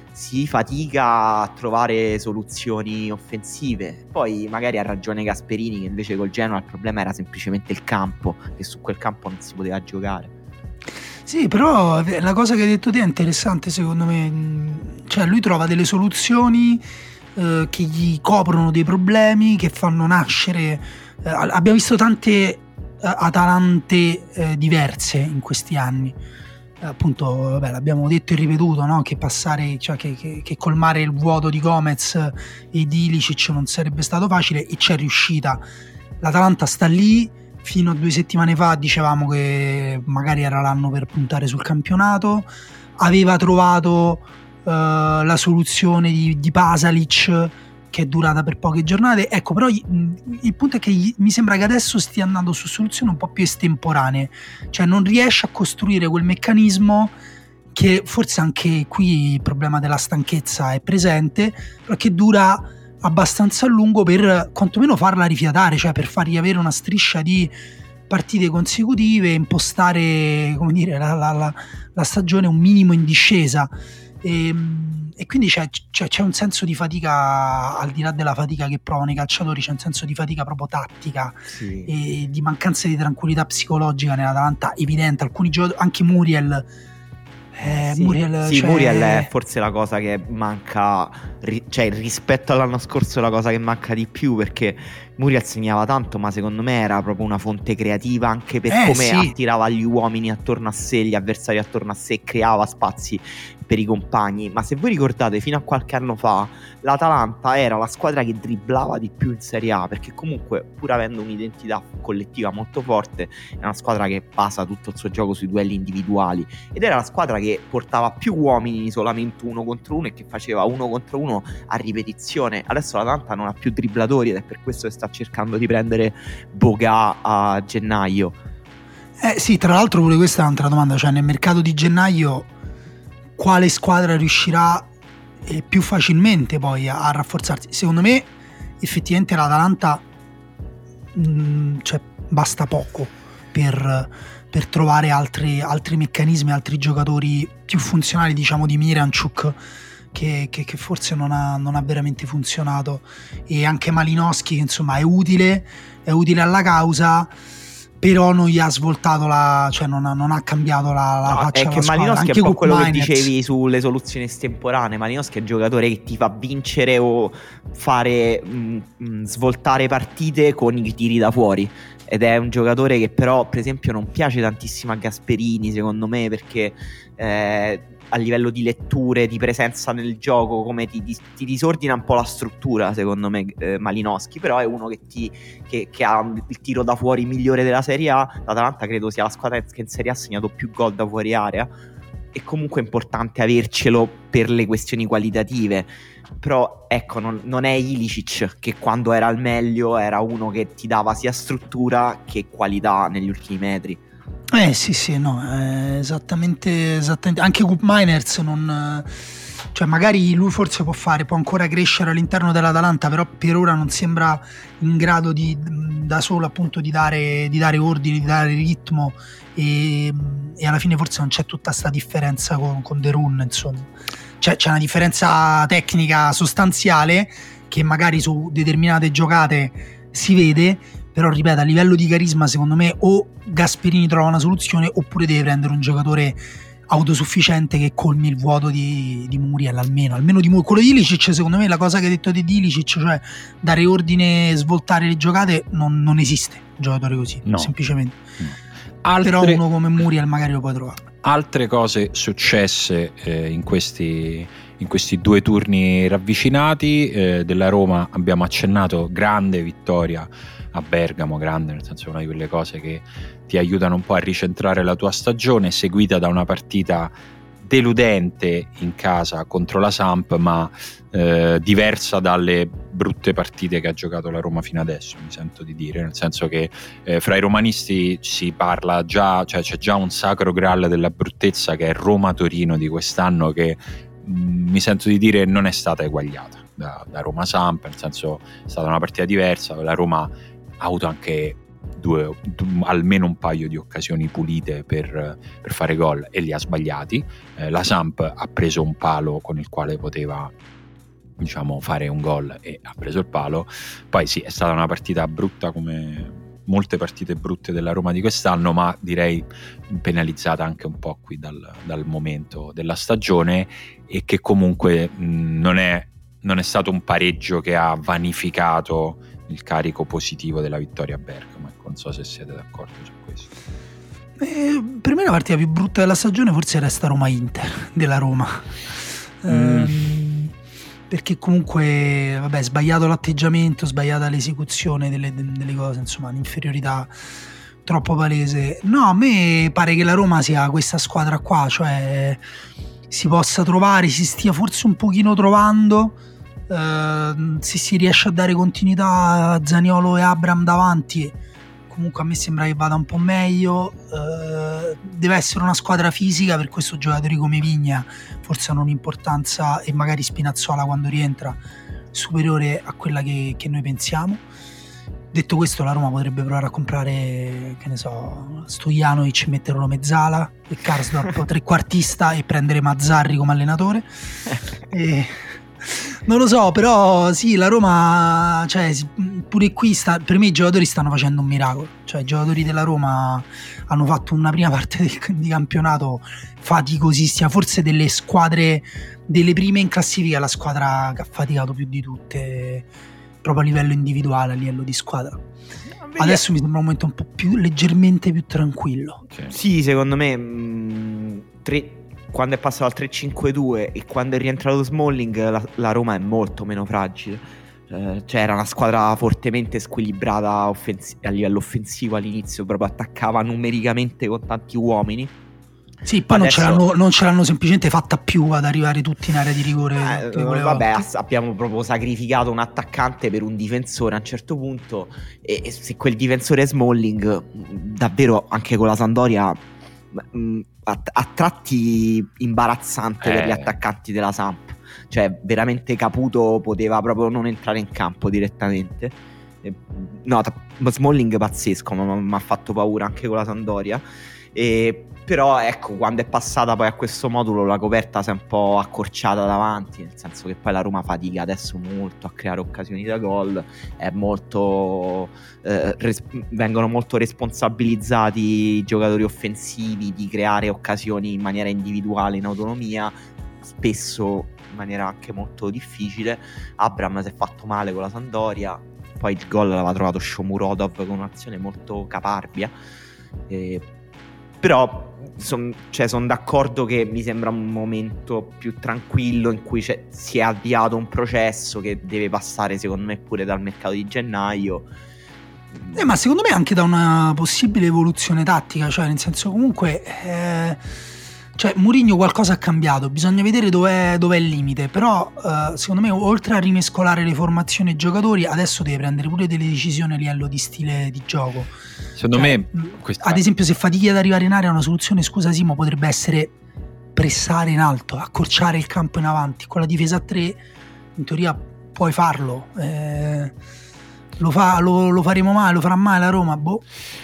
Si fatica a trovare soluzioni offensive. Poi magari ha ragione Gasperini che invece col Genoa il problema era semplicemente il campo, che su quel campo non si poteva giocare. Sì, però la cosa che hai detto te è interessante secondo me, cioè lui trova delle soluzioni eh, che gli coprono dei problemi, che fanno nascere eh, abbiamo visto tante eh, Atalante eh, diverse in questi anni. Appunto, vabbè, l'abbiamo detto e ripetuto, no? Che passare, cioè che, che, che colmare il vuoto di Gomez e di Ilicic non sarebbe stato facile, e c'è riuscita. L'Atalanta sta lì. Fino a due settimane fa dicevamo che magari era l'anno per puntare sul campionato, aveva trovato uh, la soluzione di, di Pasalic, che è durata per poche giornate. Ecco, però il punto è che mi sembra che adesso stia andando su soluzioni un po' più estemporanee, cioè non riesce a costruire quel meccanismo che forse anche qui il problema della stanchezza è presente, però che dura abbastanza a lungo per quantomeno farla rifiatare, cioè per fargli avere una striscia di partite consecutive, impostare, come dire, la, la, la, la stagione un minimo in discesa. E, e quindi c'è, c'è, c'è un senso di fatica, al di là della fatica che provano i calciatori, c'è un senso di fatica proprio tattica, sì, e di mancanza di tranquillità psicologica nell'Atalanta evidente. Alcuni giocatori, anche Muriel eh, sì, Muriel, sì, cioè... Muriel è forse la cosa che manca, ri- cioè rispetto all'anno scorso è la cosa che manca di più, perché Muriel segnava tanto, ma secondo me era proprio una fonte creativa anche per Eh, come sì. attirava gli uomini attorno a sé, gli avversari attorno a sé, creava spazi per i compagni. Ma se voi ricordate, fino a qualche anno fa l'Atalanta era la squadra che dribblava di più in Serie A, perché comunque, pur avendo un'identità collettiva molto forte, è una squadra che basa tutto il suo gioco sui duelli individuali, ed era la squadra che portava più uomini in isolamento uno contro uno e che faceva uno contro uno a ripetizione. Adesso l'Atalanta non ha più dribblatori ed è per questo che sta cercando di prendere Boga a gennaio. Eh sì, tra l'altro pure questa è un'altra domanda, cioè nel mercato di gennaio quale squadra riuscirà eh, più facilmente poi a, a rafforzarsi? Secondo me effettivamente l'Atalanta mh, cioè basta poco per, per trovare altri, altri meccanismi, altri giocatori più funzionali, diciamo, di Miranchuk che, che, che forse non ha, non ha veramente funzionato, e anche Malinowski che insomma è utile, è utile alla causa, però non gli ha svoltato la, cioè non ha, non ha cambiato la, la No, faccia è alla che squadra. Malinowski Anche è un po' quello che Mainez. dicevi sulle soluzioni estemporanee. Malinowski è un giocatore che ti fa vincere o fare mh, mh, svoltare partite con i tiri da fuori, ed è un giocatore che però per esempio non piace tantissimo a Gasperini, secondo me, perché eh, a livello di letture, di presenza nel gioco, come ti, ti, ti disordina un po' la struttura, secondo me, eh, Malinowski. Però è uno che, ti, che, che ha il tiro da fuori migliore della Serie A. L'Atalanta credo sia la squadra che in Serie A ha segnato più gol da fuori area, e comunque è importante avercelo per le questioni qualitative. Però ecco, non, non è Ilicic, che quando era al meglio era uno che ti dava sia struttura che qualità negli ultimi metri. Eh sì sì, no, eh, esattamente, esattamente. Anche Koop Mainers non, cioè magari lui forse può fare, può ancora crescere all'interno dell'Atalanta, però per ora non sembra in grado di, da solo appunto, di dare, di dare ordini, di dare ritmo, e, e alla fine forse non c'è tutta sta differenza con, con De Roon, insomma. Cioè, c'è una differenza tecnica sostanziale che magari su determinate giocate si vede, però ripeto, a livello di carisma secondo me o Gasperini trova una soluzione, oppure deve prendere un giocatore autosufficiente che colmi il vuoto di, di Muriel, almeno almeno di Muriel. Quello di Ilicic, secondo me, la cosa che hai detto di Ilicic, cioè dare ordine, svoltare le giocate, non, non esiste un giocatore così, no. semplicemente no. Altre... Però uno come Muriel magari lo puoi trovare. Altre cose successe eh, in questi in questi due turni ravvicinati, eh, della Roma abbiamo accennato, grande vittoria a Bergamo, grande nel senso, una di quelle cose che ti aiutano un po' a ricentrare la tua stagione, seguita da una partita deludente in casa contro la Samp, ma eh, diversa dalle brutte partite che ha giocato la Roma fino adesso, mi sento di dire, nel senso che eh, fra i romanisti si parla già, cioè c'è già un sacro graal della bruttezza che è Roma-Torino di quest'anno, che mh, mi sento di dire non è stata eguagliata da, da Roma-Samp, nel senso è stata una partita diversa. La Roma ha avuto anche due, almeno un paio di occasioni pulite per, per fare gol e li ha sbagliati. Eh, la Samp ha preso un palo con il quale poteva, diciamo, fare un gol e ha preso il palo. Poi sì, è stata una partita brutta come molte partite brutte della Roma di quest'anno, ma direi penalizzata anche un po' qui dal, dal momento della stagione, e che comunque mh, non è, non è stato un pareggio che ha vanificato il carico positivo della vittoria a Bergamo. Ecco, non so se siete d'accordo su questo. Eh, per me la partita più brutta della stagione forse resta Roma-Inter della Roma. Mm. Ehm, perché comunque, vabbè, sbagliato l'atteggiamento, sbagliata l'esecuzione delle, delle cose, insomma, un'inferiorità troppo palese. No, a me pare che la Roma sia questa squadra qua, cioè si possa trovare, si stia forse un pochino trovando. Uh, se si riesce a dare continuità a Zaniolo e Abraham davanti, comunque a me sembra che vada un po' meglio. Uh, deve essere una squadra fisica, per questo giocatori come Vigna forse hanno un'importanza, e magari Spinazzola quando rientra superiore a quella che, che noi pensiamo. Detto questo, la Roma potrebbe provare a comprare, che ne so, Stojanovic, metterlo Mezzala e Karsdorp trequartista e prendere Mazzarri come allenatore. e Non lo so, però sì, la Roma, cioè, pure qui sta, per me i giocatori stanno facendo un miracolo. Cioè i giocatori della Roma hanno fatto una prima parte del, di campionato faticosissima, forse delle squadre, delle prime in classifica, la squadra che ha faticato più di tutte. proprio a livello individuale, a livello di squadra. Adesso mi sembra un momento un po' più leggermente più tranquillo. Sì, secondo me mh, tre, quando è passato al tre cinque due e quando è rientrato Smalling, la, la Roma è molto meno fragile. Eh, cioè era una squadra fortemente squilibrata offensi- a livello offensivo all'inizio, proprio attaccava numericamente con tanti uomini. Sì, poi adesso... non, ce l'hanno, non ce l'hanno semplicemente fatta più ad arrivare tutti in area di rigore. Eh, vabbè, ass- abbiamo proprio sacrificato un attaccante per un difensore a un certo punto, e, e se quel difensore è Smalling, davvero anche con la Sampdoria mh, a, a tratti imbarazzante eh. per gli attaccanti della Samp. Cioè veramente Caputo poteva proprio non entrare in campo direttamente. E, no, t- Smalling pazzesco, ma mi ha fatto paura anche con la Sampdoria. E però ecco, quando è passata poi a questo modulo la coperta si è un po' accorciata davanti, nel senso che poi la Roma fatica adesso molto a creare occasioni da gol, è molto eh, res- vengono molto responsabilizzati i giocatori offensivi di creare occasioni in maniera individuale, in autonomia, spesso in maniera anche molto difficile. Abraham si è fatto male con la Sampdoria, poi il gol l'aveva trovato Shomurodov con un'azione molto caparbia, e però sono cioè, son d'accordo che mi sembra un momento più tranquillo in cui si è avviato un processo che deve passare secondo me pure dal mercato di gennaio. Eh, ma secondo me anche da una possibile evoluzione tattica, cioè nel senso comunque eh, cioè Mourinho qualcosa ha cambiato, bisogna vedere dov'è, dov'è il limite, però eh, secondo me oltre a rimescolare le formazioni e i giocatori adesso deve prendere pure delle decisioni a livello di stile di gioco. Secondo cioè, me questa... ad esempio se fatichi ad arrivare in area una soluzione, scusa Simo, potrebbe essere pressare in alto, accorciare il campo in avanti. Con la difesa a tre in teoria puoi farlo, eh, lo, fa, lo, lo faremo mai, lo farà mai la Roma? Boh.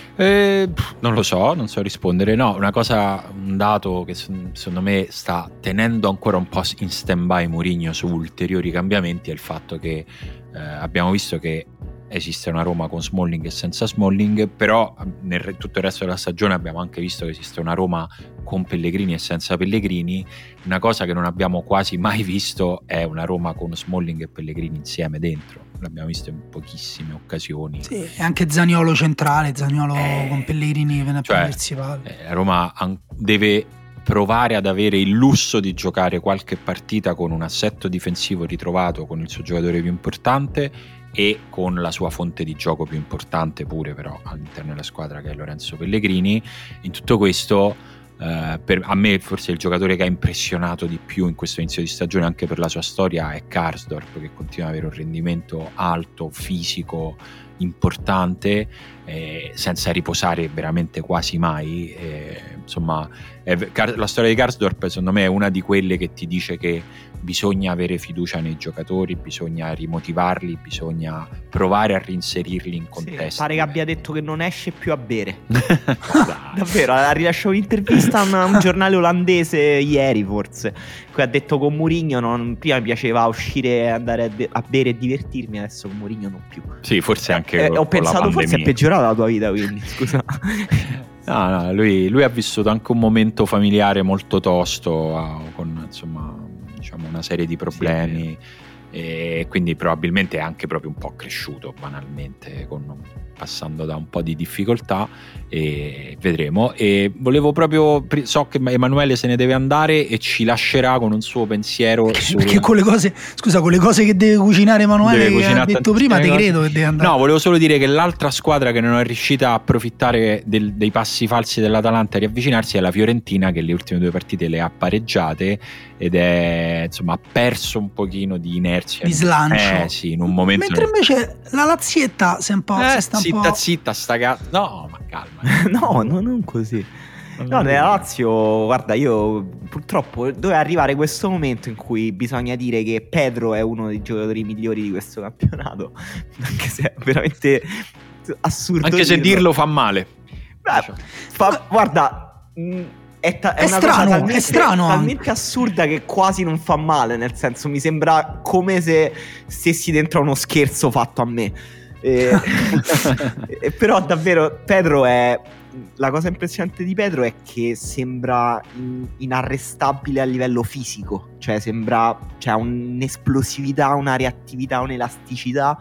Eh, non lo so, non so rispondere. No, una cosa, un dato che secondo me sta tenendo ancora un po' in stand-by Mourinho su ulteriori cambiamenti è il fatto che eh, abbiamo visto che esiste una Roma con Smalling e senza Smalling, però nel tutto il resto della stagione abbiamo anche visto che esiste una Roma con Pellegrini e senza Pellegrini. Una cosa che non abbiamo quasi mai visto è una Roma con Smalling e Pellegrini insieme dentro. L'abbiamo visto in pochissime occasioni. Sì, e anche Zaniolo centrale, Zaniolo eh, con Pellegrini che viene a cioè, prendersi palle. Eh, la Roma an- deve provare ad avere il lusso di giocare qualche partita con un assetto difensivo ritrovato, con il suo giocatore più importante e con la sua fonte di gioco più importante pure però all'interno della squadra, che è Lorenzo Pellegrini. In tutto questo eh, per, a me forse il giocatore che ha impressionato di più in questo inizio di stagione anche per la sua storia è Karsdorp, che continua ad avere un rendimento alto, fisico, importante, eh, senza riposare veramente quasi mai. Eh, insomma è, la storia di Karsdorp secondo me è una di quelle che ti dice che bisogna avere fiducia nei giocatori, bisogna rimotivarli, bisogna provare a reinserirli in contesto. Sì, pare che abbia detto che non esce più a bere. Davvero, ha rilasciato un'intervista a un, un giornale olandese ieri forse, qui ha detto con Mourinho non, prima mi piaceva uscire, andare a, de- a bere e divertirmi, adesso con Mourinho non più. Sì, forse anche eh, con, ho pensato con la forse è peggiorata la tua vita, quindi scusa. No, no, lui, lui ha vissuto anche un momento familiare molto tosto, con insomma diciamo una serie di problemi, sì, e quindi probabilmente è anche proprio un po' cresciuto banalmente, con, passando da un po' di difficoltà, e vedremo. E volevo proprio, so che Emanuele se ne deve andare e ci lascerà con un suo pensiero su... perché con le cose, scusa, con le cose che deve cucinare Emanuele, deve che ha detto prima, te credo che deve andare. No, volevo solo dire che l'altra squadra che non è riuscita a approfittare del, dei passi falsi dell'Atalanta e riavvicinarsi è la Fiorentina, che le ultime due partite le ha pareggiate ed è, insomma, ha perso un pochino di inerzia, di slancio, eh, sì, in un momento. Mentre invece la Lazietta si è un po', eh, si sta un zitta po'... zitta sta cazzo. No, ma calma. No, no, non così. No, nella Lazio, guarda, io purtroppo doveva arrivare questo momento in cui bisogna dire che Pedro è uno dei giocatori migliori di questo campionato, anche se è veramente assurdo. Anche se dirlo fa male. Beh, fa, guarda, mh, è, ta- è, è una strano, cosa talmente, è strano talmente assurda che quasi non fa male, nel senso mi sembra come se stessi dentro a uno scherzo fatto a me. E, e però davvero Pedro è... La cosa impressionante di Pedro è che sembra in, inarrestabile a livello fisico, cioè sembra, cioè, un'esplosività, una reattività, un'elasticità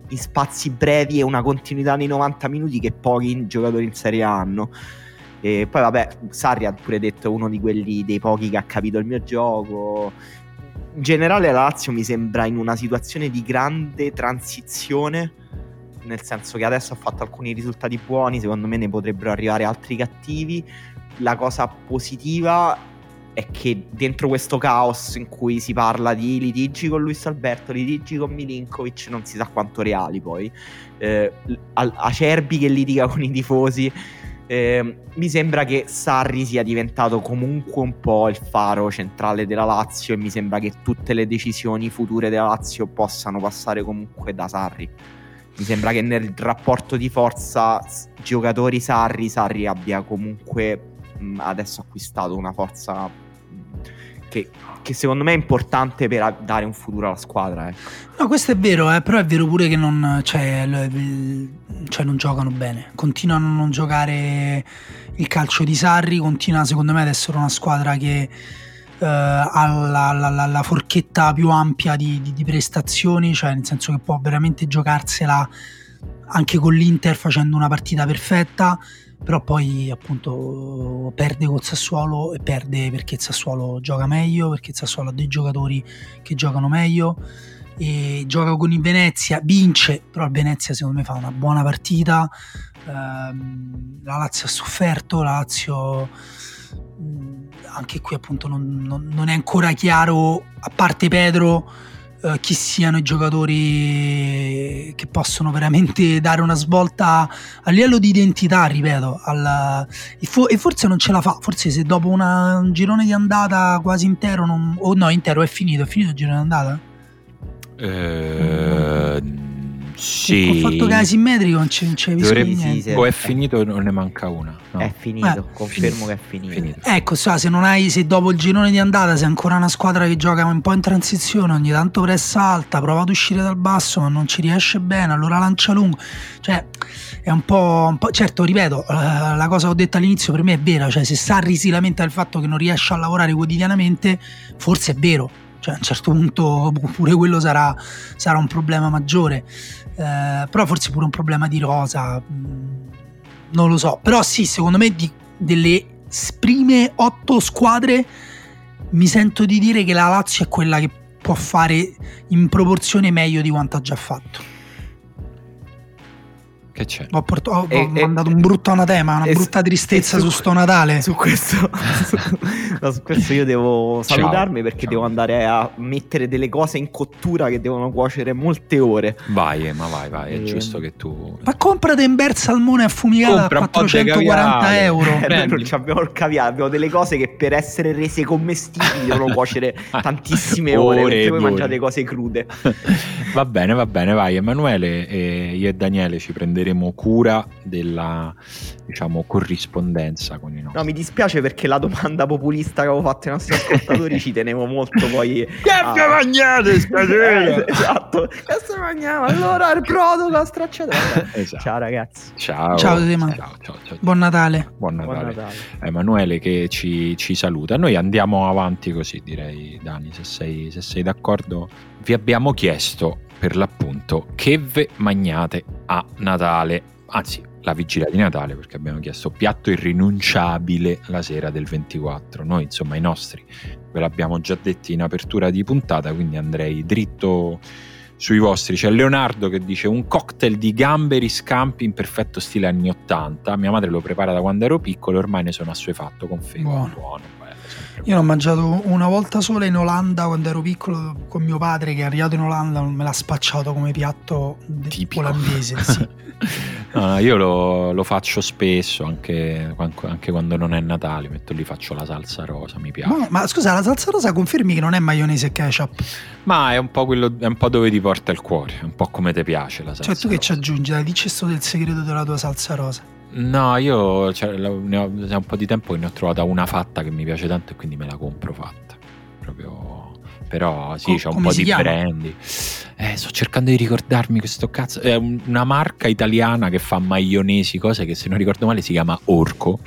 in spazi brevi e una continuità di novanta minuti che pochi giocatori in Serie A hanno. E poi vabbè, Sarri ha pure detto, è uno di quelli dei pochi che ha capito il mio gioco. In generale la Lazio mi sembra in una situazione di grande transizione, nel senso che adesso ha fatto alcuni risultati buoni, secondo me ne potrebbero arrivare altri cattivi. La cosa positiva è che dentro questo caos in cui si parla di litigi con Luis Alberto, litigi con Milinkovic, non si sa quanto reali poi, eh, Acerbi che litiga con i tifosi, eh, mi sembra che Sarri sia diventato comunque un po' il faro centrale della Lazio, e mi sembra che tutte le decisioni future della Lazio possano passare comunque da Sarri. Mi sembra che nel rapporto di forza giocatori Sarri Sarri abbia comunque mh, adesso acquistato una forza mh, che, che secondo me è importante per a- dare un futuro alla squadra, ecco. No, questo è vero, eh, però è vero pure che non, cioè, l- cioè non giocano bene, continuano a non giocare il calcio di Sarri, continua secondo me ad essere una squadra che Uh, alla, alla, alla forchetta più ampia di, di, di prestazioni, cioè nel senso che può veramente giocarsela anche con l'Inter facendo una partita perfetta, però poi appunto perde col Sassuolo, e perde perché il Sassuolo gioca meglio, perché il Sassuolo ha dei giocatori che giocano meglio, e gioca con il Venezia, vince, però il Venezia secondo me fa una buona partita. Uh, la Lazio ha sofferto, la Lazio anche qui appunto non, non, non è ancora chiaro, a parte Pedro, eh, chi siano i giocatori che possono veramente dare una svolta a livello di identità, ripeto, al, e, fo- e forse non ce la fa, forse se dopo una, un girone di andata quasi intero, non, o no, intero è finito, è finito il girone di andata? Eh, sì. Col fatto che è asimmetrico non c'è, non c'è Dovrebbe, niente. sì, sì. o è finito o non ne manca una, no. È finito, Eh, confermo finito, che è finito, finito. Ecco, so, se non hai, se dopo il girone di andata sei ancora una squadra che gioca un po' in transizione, ogni tanto pressa alta, prova ad uscire dal basso ma non ci riesce bene, allora lancia lungo, cioè è un po', un po'... certo, ripeto, la cosa che ho detto all'inizio per me è vera, cioè se Sarri si lamenta del fatto che non riesce a lavorare quotidianamente, forse è vero, cioè a un certo punto pure quello sarà, sarà un problema maggiore, eh, però forse pure un problema di rosa, non lo so, però sì, secondo me di, delle prime otto squadre mi sento di dire che la Lazio è quella che può fare in proporzione meglio di quanto ha già fatto. Che c'è? Ho, port- ho, E- ho e- mandato un brutto anatema, una e- brutta tristezza e su sto Natale. Su questo, su, no, su questo io devo Ciao. salutarmi perché Ciao. devo andare a mettere delle cose in cottura che devono cuocere molte ore. Vai, eh, ma vai, vai, è Ehm. giusto che tu... Ma comprate in ber salmone affumicata Compra a un po' di quattrocentoquaranta caviale. euro. Eh, noi Prendi. non ci abbiamo il caviale, abbiamo delle cose che per essere rese commestibili devono cuocere tantissime ore, Ore mentre voi ed ore. mangiate cose crude. Va bene, va bene, vai Emanuele, e io e Daniele ci prenderemo cura della, diciamo, corrispondenza con i nostri. No, mi dispiace perché la domanda populista che avevo fatto ai nostri ascoltatori ci tenevo molto poi. Che vi mangiate stasera? Eh, esatto, che se mangiamo? Allora il brodo, la stracciata. Esatto. Ciao ragazzi. Ciao. Ciao, Sema. ciao, ciao, ciao. Buon Natale. Buon Buon Natale. Natale. Emanuele che ci, ci saluta. Noi andiamo avanti così, direi, Dani, se sei, se sei d'accordo. Vi abbiamo chiesto per l'appunto che ve magnate a Natale, anzi la vigilia di Natale, perché abbiamo chiesto piatto irrinunciabile la sera del ventiquattro. Noi insomma i nostri ve l'abbiamo già detti in apertura di puntata, quindi andrei dritto sui vostri. C'è Leonardo che dice un cocktail di gamberi scampi in perfetto stile anni ottanta, mia madre lo prepara da quando ero piccolo, ormai ne sono assuefatto, confermo. Buono. Buono, bello, sempre Io l'ho mangiato una volta sola in Olanda quando ero piccolo con mio padre, che è arrivato in Olanda, me l'ha spacciato come piatto de- Tipico. olandese. Sì. No, io lo, lo faccio spesso, anche, anche quando non è Natale, metto lì, faccio la salsa rosa, mi piace. Ma, ma scusa, la salsa rosa confermi che non è maionese e ketchup? Ma è un po' quello, è un po' dove ti porta il cuore, è un po' come ti piace la salsa Cioè tu che ci rosa. aggiungi? Dai, dici sto del segreto della tua salsa rosa. No, io cioè, la- ne ho, è un po' di tempo che ne ho trovata una fatta che mi piace tanto e quindi me la compro fatta. Proprio. Però sì, Co- c'è un come po' si di chiama? brandy. Eh, sto cercando di ricordarmi questo cazzo. È un- una marca italiana che fa maionesi, cose che se non ricordo male si chiama Orco.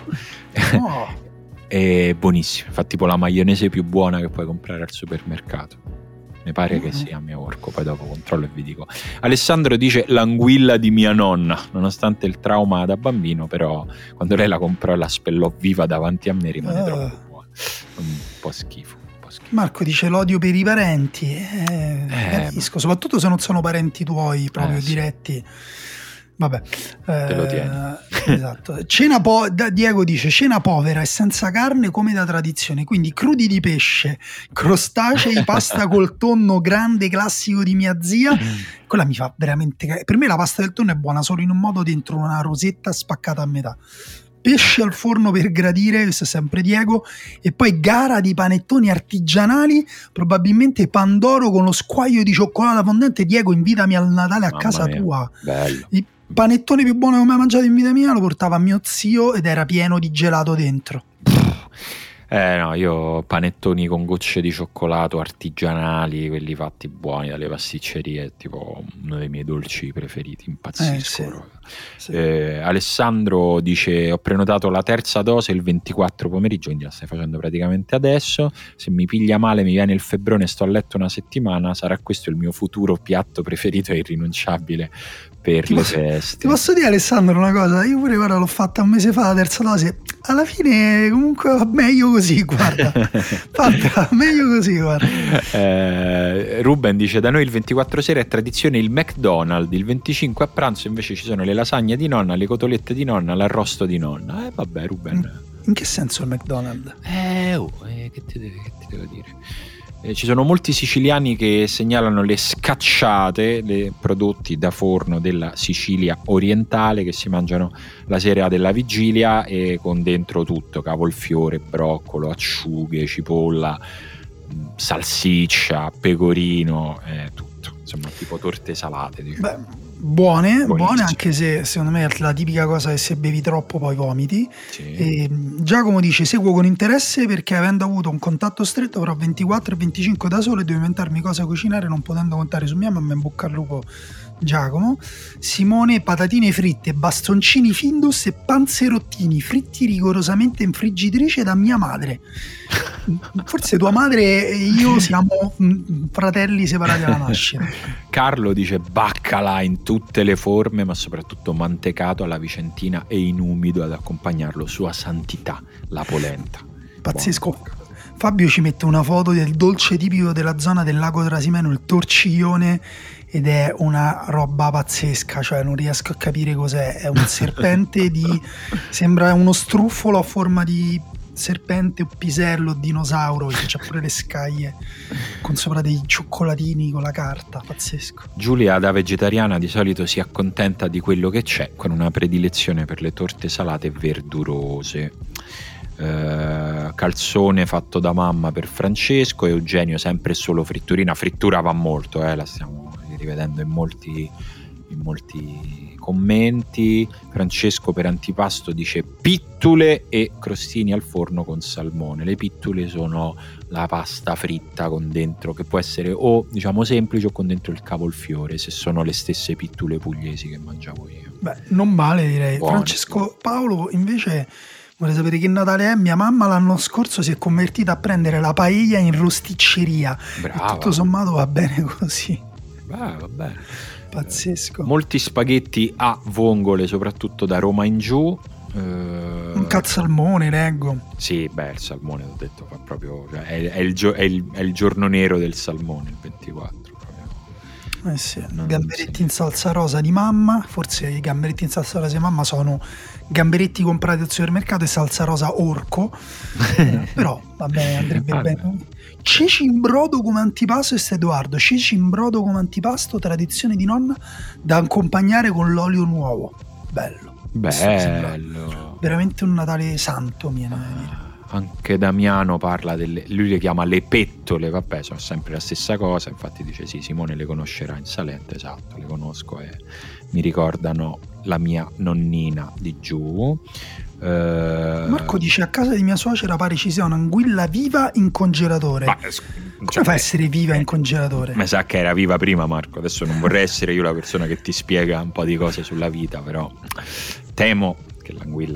Oh, È buonissimo. Fa tipo la maionese più buona che puoi comprare al supermercato. mi pare che sia mio orco, poi dopo controllo e vi dico. Alessandro dice l'anguilla di mia nonna, nonostante il trauma da bambino, però quando lei la comprò e la spellò viva davanti a me rimane uh. troppo buona, un po' schifo. Marco dice l'odio per i parenti, eh, eh, capisco, soprattutto se non sono parenti tuoi proprio eh, diretti. Sì. Vabbè, te lo tieni. Eh, esatto. Cena po- Diego dice cena povera e senza carne come da tradizione, quindi crudi di pesce, crostacei, pasta col tonno grande classico di mia zia. Quella mi fa veramente, per me la pasta del tonno è buona solo in un modo, dentro una rosetta spaccata a metà. Pesce al forno per gradire, questo è sempre Diego, e poi gara di panettoni artigianali, probabilmente pandoro con lo squaglio di cioccolata fondente. Diego, invitami al Natale a Mamma casa mia. tua. Bello. Il panettone più buono che ho mai mangiato in vita mia lo portava mio zio ed era pieno di gelato dentro. Eh no, io panettoni con gocce di cioccolato artigianali, quelli fatti buoni dalle pasticcerie, tipo uno dei miei dolci preferiti, impazzisco. Eh, sì. Sì. Eh, Alessandro dice ho prenotato la terza dose il ventiquattro pomeriggio, quindi la stai facendo praticamente adesso, se mi piglia male, mi viene il febbrone e sto a letto una settimana, sarà questo il mio futuro piatto preferito e irrinunciabile per ti le posso, feste. Ti posso dire, Alessandro, una cosa? Io pure guarda, l'ho fatta un mese fa la terza dose, alla fine comunque va meglio così, guarda. Fatta meglio così, guarda. Eh, Ruben dice da noi il ventiquattro sera è tradizione il McDonald's, il venticinque a pranzo invece ci sono le lasagne di nonna, le cotolette di nonna, l'arrosto di nonna. Eh vabbè, Ruben. In, in che senso il McDonald's? Eh, oh, eh che, ti deve, che ti devo dire? Eh, ci sono molti siciliani che segnalano le scacciate, le prodotti da forno della Sicilia orientale che si mangiano la sera della vigilia e con dentro tutto, cavolfiore, broccolo, acciughe, cipolla, salsiccia, pecorino, eh, tutto, insomma tipo torte salate, diciamo. Beh, buone, buone, anche se secondo me è la tipica cosa che se bevi troppo poi vomiti. Sì. E Giacomo dice seguo con interesse perché avendo avuto un contatto stretto fra ventiquattro e venticinque da solo e devo inventarmi cosa cucinare non potendo contare su mia mamma, in bocca al lupo Giacomo. Simone, patatine fritte, bastoncini Findus e panzerottini fritti rigorosamente in friggitrice da mia madre. Forse tua madre e io siamo fratelli separati alla nascita. Carlo dice baccalà in tutte le forme, ma soprattutto mantecato alla vicentina e in umido ad accompagnarlo, sua santità, la polenta. Pazzesco. Buono. Fabio ci mette una foto del dolce tipico della zona del lago Trasimeno, il torciglione, ed è una roba pazzesca, cioè non riesco a capire cos'è, è un serpente di, sembra uno struffolo a forma di serpente o pisello, dinosauro, che c'ha pure le scaglie con sopra dei cioccolatini con la carta, pazzesco. Giulia da vegetariana di solito si accontenta di quello che c'è, con una predilezione per le torte salate e verdurose. Uh, calzone fatto da mamma per Francesco, Eugenio sempre solo fritturina, frittura va molto, eh, la stiamo rivedendo in molti, in molti commenti. Francesco per antipasto dice pittule e crostini al forno con salmone. Le pittule sono la pasta fritta con dentro, che può essere o diciamo semplice o con dentro il cavolfiore, se sono le stesse pittule pugliesi che mangiavo io. Beh, non male direi. Buone. Francesco Paolo invece vorrei sapere che Natale è. Mia mamma l'anno scorso si è convertita a prendere la paella in rosticceria. Brava. E tutto sommato va bene così. Beh, va bene. Pazzesco. Eh, molti spaghetti a vongole, soprattutto da Roma in giù. Eh, un cazsalmone, leggo. Sì, beh, il salmone, ho detto, fa proprio, cioè, è, è, il gio- è, il, è il giorno nero del salmone, il ventiquattro. Eh sì, gamberetti in salsa rosa di mamma. Forse i gamberetti in salsa rosa di mamma sono gamberetti comprati al supermercato e salsa rosa orco. eh, però va bene, andrebbe ah, bene. Ceci in brodo come antipasto, è Edoardo. Ceci in brodo come antipasto, tradizione di nonna, da accompagnare con l'olio nuovo. Bello. Bello. Veramente un Natale santo, mi viene da dire. Anche Damiano parla delle, lui le chiama le pettole, vabbè, sono sempre la stessa cosa, infatti dice sì, Simone le conoscerà in Salento, esatto, le conosco e mi ricordano la mia nonnina di giù. Uh, Marco dice a casa di mia suocera pare ci sia un'anguilla viva in congelatore. Ma, come cioè, fa a essere viva in congelatore? Mi sa che era viva prima, Marco, adesso non vorrei essere io la persona che ti spiega un po' di cose sulla vita, però temo che l'anguilla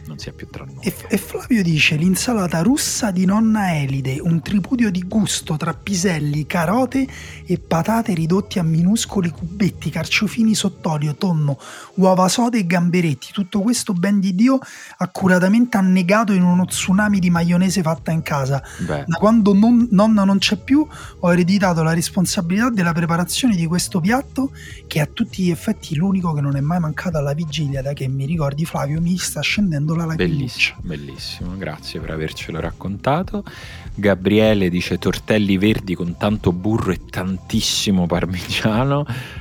non sia più tra noi. E, e Flavio dice: l'insalata russa di nonna Elide, un tripudio di gusto tra piselli, carote e patate ridotti a minuscoli cubetti, carciofini sott'olio, tonno, uova sode e gamberetti. Tutto questo, ben di Dio, accuratamente annegato in uno tsunami di maionese fatta in casa. Beh. Da quando non, nonna non c'è più, ho ereditato la responsabilità della preparazione di questo piatto, che è a tutti gli effetti l'unico che non è mai mancato alla vigilia. Da che mi ricordi, Flavio, mi sta scendendo la lagrimuccia. Bellissimo, bellissimo, grazie per avercelo raccontato. Gabriele dice: tortelli verdi con tanto burro e tantissimo parmigiano.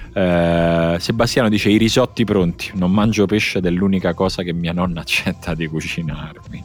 eh, Sebastiano dice: i risotti pronti, non mangio pesce ed è l'unica cosa che mia nonna accetta di cucinarmi.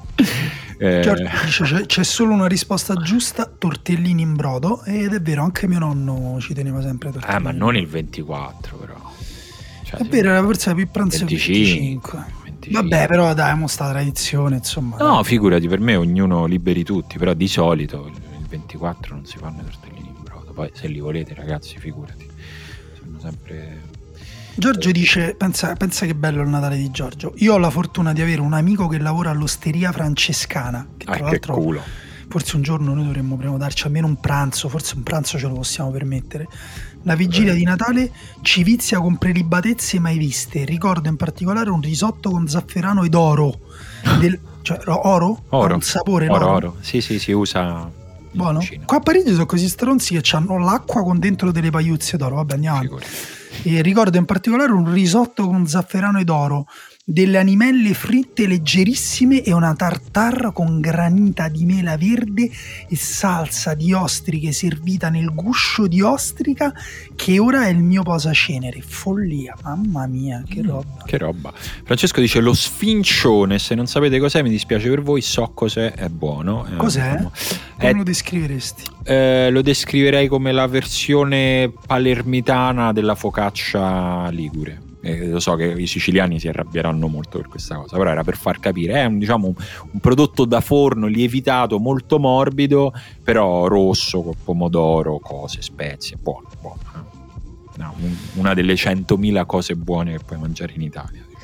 eh, Giorgio dice: c'è, c'è solo una risposta giusta, tortellini in brodo. Ed è vero, anche mio nonno ci teneva sempre a tortellini. ah ma non il ventiquattro però, cioè, è vero, era forse più pranzo venticinque, venticinque. Vabbè, però dai, mo sta tradizione, insomma. No, dai. figurati, per me ognuno liberi tutti, però di solito il ventiquattro non si fanno i tortellini in brodo. Poi se li volete, ragazzi, figurati. Sono sempre... Giorgio dice: pensa, pensa che bello il Natale di Giorgio. Io ho la fortuna di avere un amico che lavora all'Osteria Francescana, che tra Ah, che l'altro culo. forse un giorno noi dovremmo prenotarci almeno un pranzo, forse un pranzo ce lo possiamo permettere. La vigilia di Natale ci vizia con prelibatezze mai viste. Ricordo in particolare un risotto con zafferano ed oro. Del, cioè oro? Oro. Ha un sapore, Oro, no? oro. Sì, sì, si usa in Buono. cucina. Qua a Parigi sono così stronzi che hanno l'acqua con dentro delle pagliuzze d'oro. Vabbè, andiamo avanti. Figurati. E ricordo in particolare un risotto con zafferano ed oro, delle animelle fritte leggerissime e una tartare con granita di mela verde e salsa di ostriche servita nel guscio di ostrica, che ora è il mio posacenere. Follia, mamma mia, che roba. Che roba. Francesco dice: lo sfincione, se non sapete cos'è mi dispiace per voi, so cos'è, è buono. Eh, Cos'è? diciamo, Come è- lo descriveresti? eh, lo descriverei come la versione palermitana della focaccia ligure. Eh, lo so che i siciliani si arrabbieranno molto per questa cosa, però era per far capire, è un, diciamo, un, un prodotto da forno lievitato, molto morbido, però rosso, con pomodoro, cose, spezie, buono, buono. eh. No, un- una delle centomila cose buone che puoi mangiare in Italia, diciamo.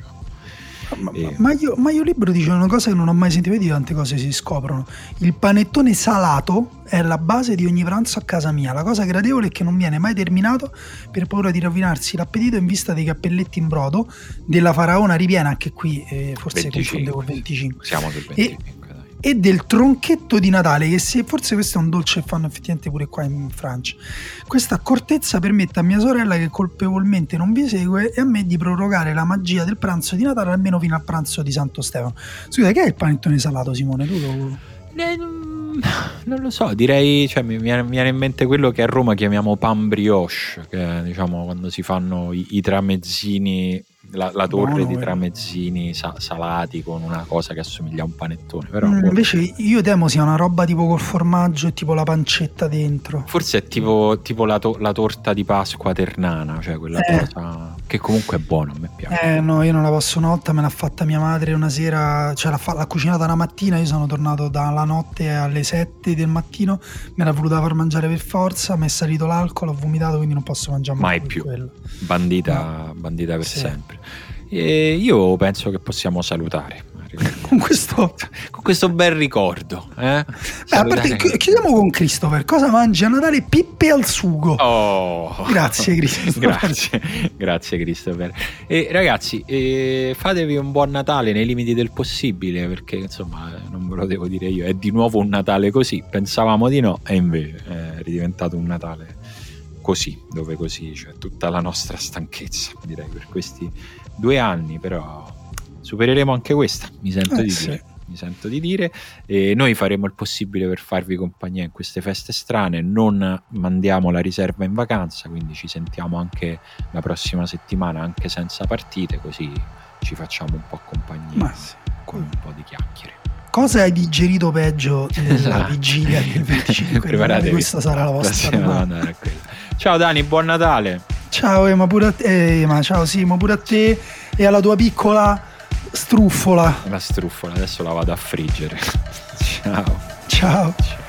Ma, E- ma io, ma io libero dice una cosa che non ho mai sentito, vedi tante cose si scoprono. Il panettone salato è la base di ogni pranzo a casa mia. La cosa gradevole è che non viene mai terminato per paura di rovinarsi l'appetito in vista dei cappelletti in brodo della faraona ripiena, anche qui eh, forse confonde col venticinque, Siamo del E- venticinque, dai. e del tronchetto di Natale, che se forse questo è un dolce che fanno effettivamente pure qua in Francia. Questa accortezza permette a mia sorella, che colpevolmente non vi segue, e a me di prorogare la magia del pranzo di Natale almeno fino al pranzo di Santo Stefano. Scusa, che è il panettone salato, Simone? Tu lo... Eh, non- non lo so, direi, cioè, mi mi viene, mi viene in mente quello che a Roma chiamiamo pan brioche, che è, diciamo, quando si fanno i, i tramezzini, la, la torre Buono, di eh. tramezzini sa- salati con una cosa che assomiglia a un panettone, però Mm, buono. invece io temo sia una roba tipo col formaggio e tipo la pancetta dentro. Forse è tipo, tipo la, to- la torta di Pasqua ternana, cioè quella Eh. cosa che comunque è buona, a me piace. Eh no, io non la posso. Una volta me l'ha fatta mia madre una sera, cioè l'ha, fa- l'ha cucinata una mattina, io sono tornato dalla notte alle sette del mattino, me l'ha voluta far mangiare per forza, mi è salito l'alcol, ho vomitato, quindi non posso mangiare Mai più più. quello. Bandita, bandita per Sì. sempre. E io penso che possiamo salutare Con questo... con questo bel ricordo. Eh? Beh, a parte, chi- chiudiamo con Christopher. Cosa mangi a Natale? Pippe al sugo. Oh. Grazie, Christopher. grazie, grazie Christopher. E ragazzi, eh, fatevi un buon Natale nei limiti del possibile, perché insomma, non ve lo devo dire io, è di nuovo un Natale così. Pensavamo di no, e invece è ridiventato un Natale così, dove così c'è tutta la nostra stanchezza, direi, per questi due anni, però supereremo anche questa, mi sento Eh, di sì. dire. Mi sento di dire, e noi faremo il possibile per farvi compagnia in queste feste strane. Non mandiamo la riserva in vacanza, quindi ci sentiamo anche la prossima settimana, anche senza partite, così ci facciamo un po' compagnia Ma sì. con un po' di chiacchiere. Cosa hai digerito peggio della Esatto. vigilia del venticinque? Preparatevi. Questa sarà la vostra Prossima domanda. domanda era quella. Ciao Dani, buon Natale. Ciao Ema, pure a te, eh, ma ciao Simo, pure a te e alla tua piccola struffola. La struffola, adesso la vado a friggere. Ciao. Ciao. Ciao.